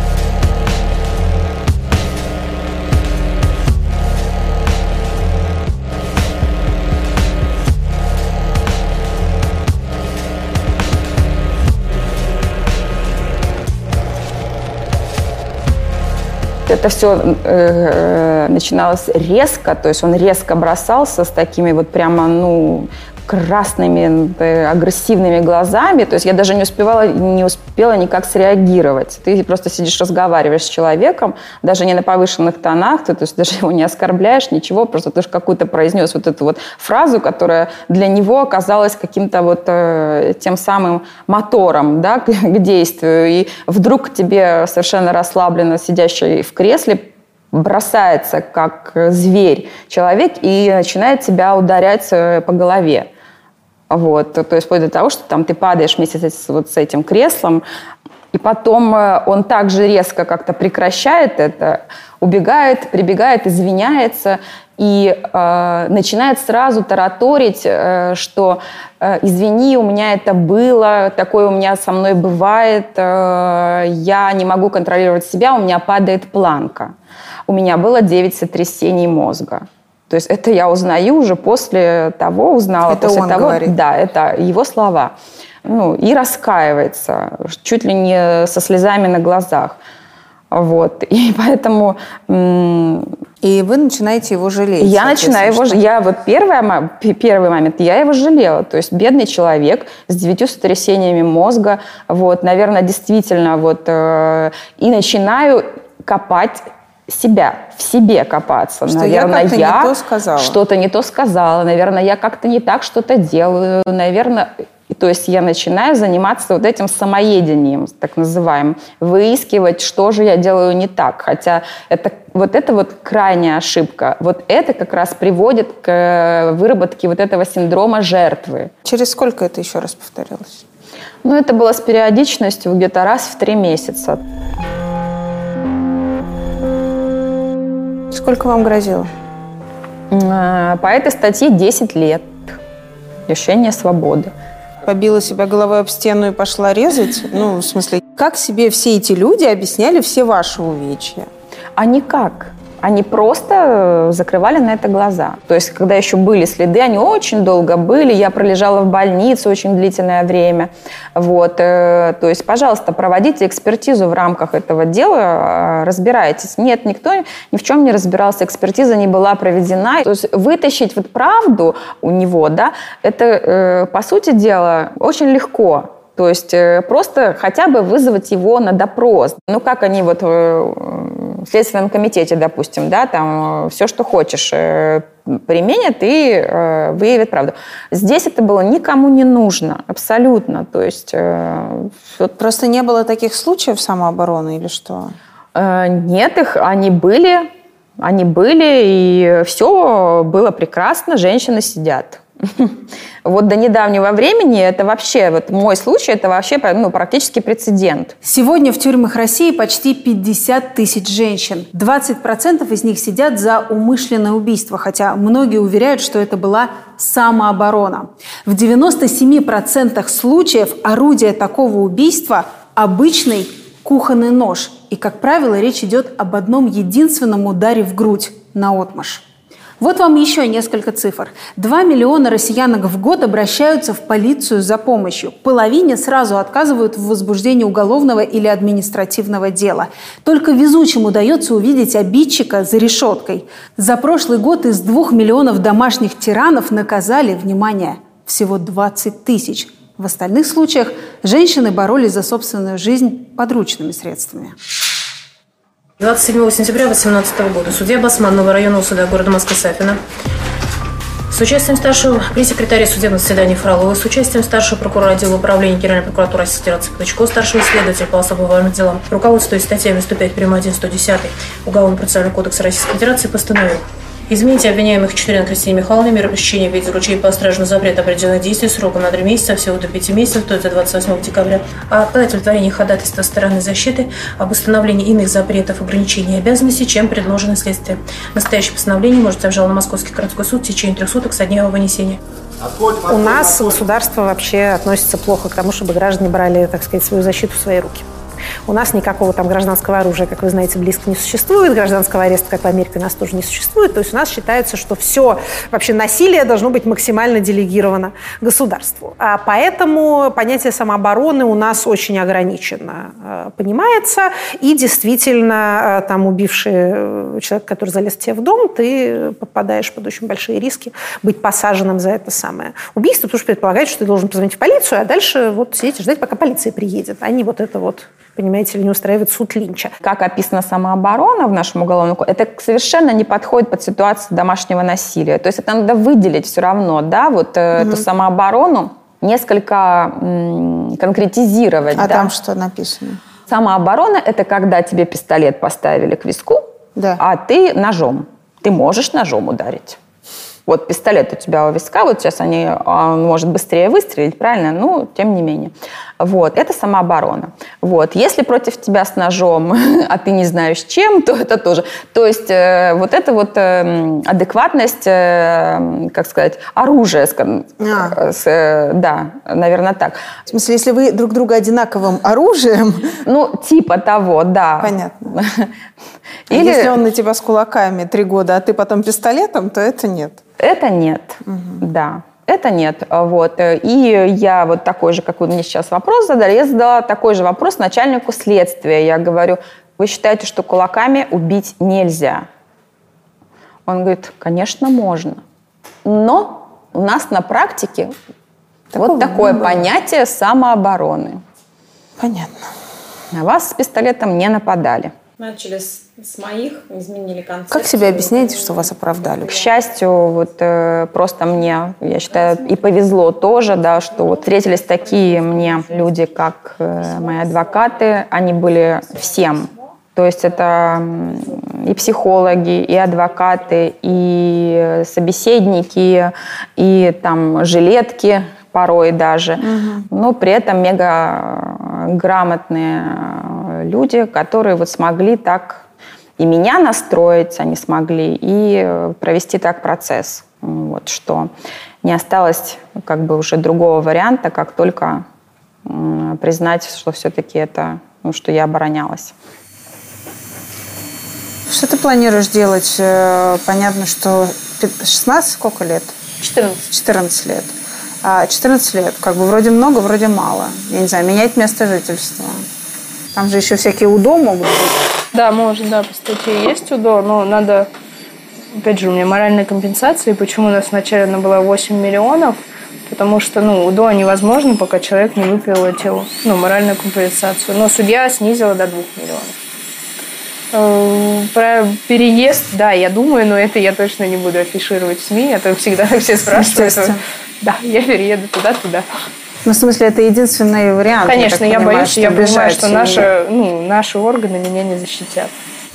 Это все э, начиналось резко, то есть он резко бросался с такими вот прямо, ну, красными, э, агрессивными глазами. То есть я даже не успевала, не успела никак среагировать. Ты просто сидишь, разговариваешь с человеком, даже не на повышенных тонах, ты, то есть даже его не оскорбляешь, ничего, просто ты же какую-то произнес вот эту вот фразу, которая для него оказалась каким-то вот э, тем самым мотором, да, к, к действию. И вдруг тебе совершенно расслабленно сидящий в кресле бросается, как зверь, человек и начинает тебя ударять по голове. Вот. То есть вплоть до того, что там, ты падаешь вместе с, вот, с этим креслом, и потом он также резко как-то прекращает это, убегает, прибегает, извиняется и э, начинает сразу тараторить, э, что э, «извини, у меня это было, такое у меня со мной бывает, э, я не могу контролировать себя, у меня падает планка». У меня было девять сотрясений мозга. То есть это я узнаю уже после того, узнала это после он того. Говорит. Да, это его слова. Ну, и раскаивается, чуть ли не со слезами на глазах. Вот. И поэтому... И вы начинаете его жалеть. Я начинаю его... Я вот первый, первый момент, я его жалела. То есть бедный человек с девятью сотрясениями мозга. Вот, наверное, действительно. Вот, э, и начинаю копать себя, в себе копаться. Что наверное, я как-то я не то сказала. Что-то не то сказала. Наверное, я как-то не так что-то делаю. Наверное... То есть я начинаю заниматься вот этим самоедением, так называемым, выискивать, что же я делаю не так. Хотя это, вот это вот крайняя ошибка. Вот это как раз приводит к выработке вот этого синдрома жертвы. Через сколько это еще раз повторялось? Ну, это было с периодичностью где-то раз в три месяца. Сколько вам грозило? По этой статье десять лет. Лишение свободы. Побила себя головой об стену и пошла резать? Ну, в смысле, как себе все эти люди объясняли все ваши увечья? А никак. Они просто закрывали на это глаза. То есть, когда еще были следы, они очень долго были. Я пролежала в больнице очень длительное время. Вот. То есть, пожалуйста, проводите экспертизу в рамках этого дела, разбирайтесь. Нет, никто ни в чем не разбирался, экспертиза не была проведена. То есть, вытащить вот правду у него, да, это, по сути дела, очень легко. То есть просто хотя бы вызвать его на допрос. Ну, как они вот Следственном комитете, допустим, да, там все, что хочешь, применят и выявят правду. Здесь это было никому не нужно, абсолютно. То есть, просто не было таких случаев самообороны или что? Нет, их они были, они были, и все было прекрасно, женщины сидят. Вот до недавнего времени это вообще, вот мой случай, это вообще ну, практически прецедент. Сегодня в тюрьмах России почти пятьдесят тысяч женщин. двадцать процентов из них сидят за умышленное убийство, хотя многие уверяют, что это была самооборона. В девяноста семи процентах случаев орудие такого убийства – обычный кухонный нож. И, как правило, речь идет об одном единственном ударе в грудь наотмашь. Вот вам еще несколько цифр. Два миллиона россиянок в год обращаются в полицию за помощью. Половине сразу отказывают в возбуждении уголовного или административного дела. Только везучим удается увидеть обидчика за решеткой. За прошлый год из двух миллионов домашних тиранов наказали, внимание, всего двадцать тысяч. В остальных случаях женщины боролись за собственную жизнь подручными средствами. двадцать седьмого сентября две тысячи восемнадцатого года судья Басманного районного суда города Москвы Сафина с участием старшего пресс-секретаря судебного заседания Фроловой, с участием старшего прокурора отдела управления Генеральной прокуратуры Российской Федерации Пятачко, старшего следователя по особо важным делам, руководствуясь статьями сто пять прим. один, сто десять Уголовно-процессуального кодекса Российской Федерации, постановил изменить обвиняемых Чечеренко Кристине Михайловне меры пресечения в виде заручения по стражному запрету определенных действий сроком на три месяца, всего до пяти месяцев, то есть до двадцать восьмого декабря, а подать удовлетворение ходатайства стороны защиты об установлении иных запретов, ограничений и обязанностей, чем предложено следствие. Настоящее постановление может быть обжаловано на Московский городской суд в течение трех суток со дня его вынесения. У нас государство вообще относится плохо к тому, чтобы граждане брали, так сказать, свою защиту в свои руки. У нас никакого там гражданского оружия, как вы знаете, близко не существует. Гражданского ареста, как в Америке, у нас тоже не существует. То есть у нас считается, что все вообще насилие должно быть максимально делегировано государству. А поэтому понятие самообороны у нас очень ограниченно э, понимается. И действительно, э, там убивший человек, который залез к тебе в дом, ты попадаешь под очень большие риски быть посаженным за это самое убийство, потому что предполагает, что ты должен позвонить в полицию, а дальше вот сидеть и ждать, пока полиция приедет, а не вот это вот, понимаете ли, не устраивает суд Линча. Как описана самооборона в нашем уголовном кодексе, это совершенно не подходит под ситуацию домашнего насилия. То есть это надо выделить все равно, да, вот mm-hmm. эту самооборону несколько м- конкретизировать. А да? там что написано? Самооборона – это когда тебе пистолет поставили к виску, да. а ты ножом. Ты можешь ножом ударить. Вот пистолет у тебя у виска, вот сейчас они, он может быстрее выстрелить, правильно? Ну, тем не менее. Вот, это самооборона. Вот, если против тебя с ножом, а ты не знаешь чем, то это тоже. То есть э, вот это вот э, адекватность, э, как сказать, оружия, а. с, э, да, наверное, так. В смысле, если вы друг друга одинаковым оружием? Ну, типа того, да. Понятно. Или... Если он на тебя с кулаками три года, а ты потом пистолетом, то это нет. Это нет, угу. да. Это нет. Вот. И я вот такой же, как вы мне сейчас вопрос задали, я задала такой же вопрос начальнику следствия. Я говорю, вы считаете, что кулаками убить нельзя? Он говорит, конечно, можно. Но у нас на практике Такого вот такое понятие самообороны. Понятно. На вас с пистолетом не нападали. Начали с, с моих, изменили концепцию. Как себе объясняете, что вас оправдали? К счастью, вот э, просто мне, я считаю, и повезло тоже, да, что вот встретились такие мне люди, как э, мои адвокаты, они были всем. То есть это и психологи, и адвокаты, и собеседники, и там жилетки порой даже, угу. но при этом мега грамотные люди, которые вот смогли так и меня настроить, они смогли, и провести так процесс. Вот, что не осталось как бы уже другого варианта, как только признать, что все-таки это, ну, что я оборонялась. Что ты планируешь делать? Понятно, что шестнадцать, сколько лет? четырнадцать. четырнадцать лет. А четырнадцать лет, как бы вроде много, вроде мало. Я не знаю, менять место жительства. Там же еще всякие УДО могут быть. Да, может, да, по статье есть УДО, но надо... Опять же, у меня моральная компенсация. И почему у нас вначале она была восемь миллионов? Потому что, ну, УДО невозможно, пока человек не выпил эти, ну, моральную компенсацию. Но судья снизила до двух миллионов. про переезд, да, я думаю, но это я точно не буду афишировать в СМИ, а то всегда все спрашивают. Да, я перееду туда-туда. Ну, в смысле, это единственный вариант. Конечно, я, я понимаю, боюсь, я понимаю, что и... наши, ну, наши органы меня не защитят.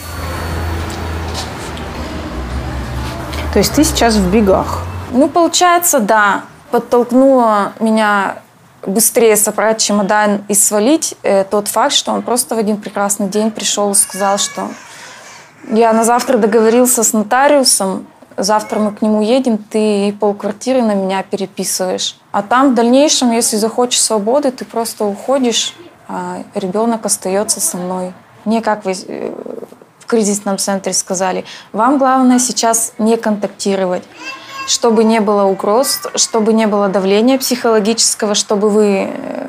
То есть ты сейчас в бегах? Ну, получается, да. Подтолкнуло меня быстрее собрать чемодан и свалить э, тот факт, что он просто в один прекрасный день пришел и сказал, что я на завтра договорился с нотариусом, завтра мы к нему едем, ты полквартиры на меня переписываешь. А там в дальнейшем, если захочешь свободы, ты просто уходишь, а ребенок остается со мной. Мне, как вы в кризисном центре сказали, вам главное сейчас не контактировать, чтобы не было угроз, чтобы не было давления психологического, чтобы вы,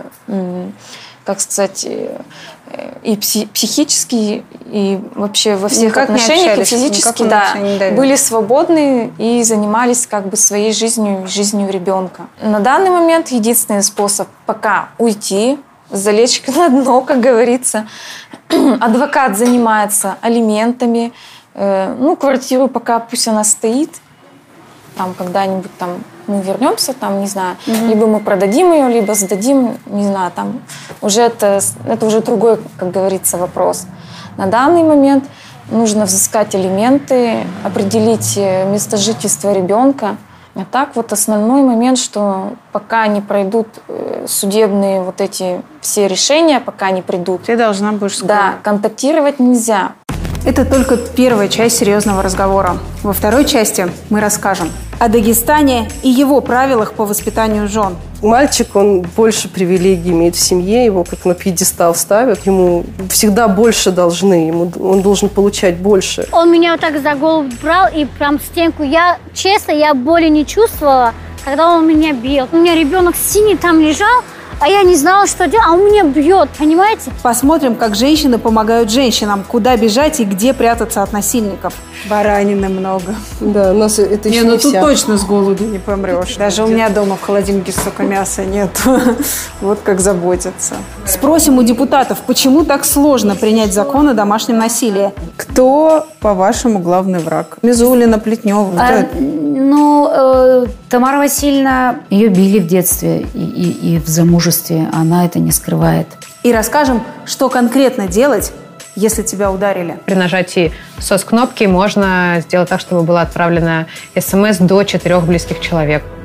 как сказать, и психически, и вообще во всех никак отношениях, и физически, да, были свободны и занимались как бы своей жизнью, жизнью ребенка. На данный момент единственный способ пока уйти, залечь на дно, как говорится. Адвокат занимается алиментами, ну, квартиру пока пусть она стоит, там когда-нибудь там мы вернемся, там, не знаю, mm-hmm. либо мы продадим ее, либо сдадим, не знаю, там уже это, это уже другой, как говорится, вопрос. На данный момент нужно взыскать алименты, определить место жительства ребенка. А так вот основной момент, что пока не пройдут судебные вот эти все решения, пока не придут. Ты должна будешь сказать. Да, контактировать нельзя. Это только первая часть серьезного разговора. Во второй части мы расскажем о Дагестане и его правилах по воспитанию жен. Мальчик, он больше привилегий имеет в семье, его как на пьедестал ставят, ему всегда больше должны, ему, он должен получать больше. Он меня вот так за голову брал и прям в стенку. Я, честно, я боли не чувствовала, когда он меня бил. У меня ребенок синий там лежал, а я не знала, что делать, а он меня бьет, понимаете? Посмотрим, как женщины помогают женщинам, куда бежать и где прятаться от насильников. Баранины много. Да, у нас это еще не, ну вся. тут точно с голоду не помрешь. Даже у меня дома в холодильнике столько мяса нет. Вот как заботятся. Спросим у депутатов, почему так сложно принять закон о домашнем насилии? Кто, по-вашему, главный враг? Мизулина, Плетнева? А, ну, э, Тамара Васильевна, ее били в детстве и, и, и в замужестве. Она это не скрывает. И расскажем, что конкретно делать, если тебя ударили. При нажатии сос-кнопки можно сделать так, чтобы было отправлено смс до четырех близких человек.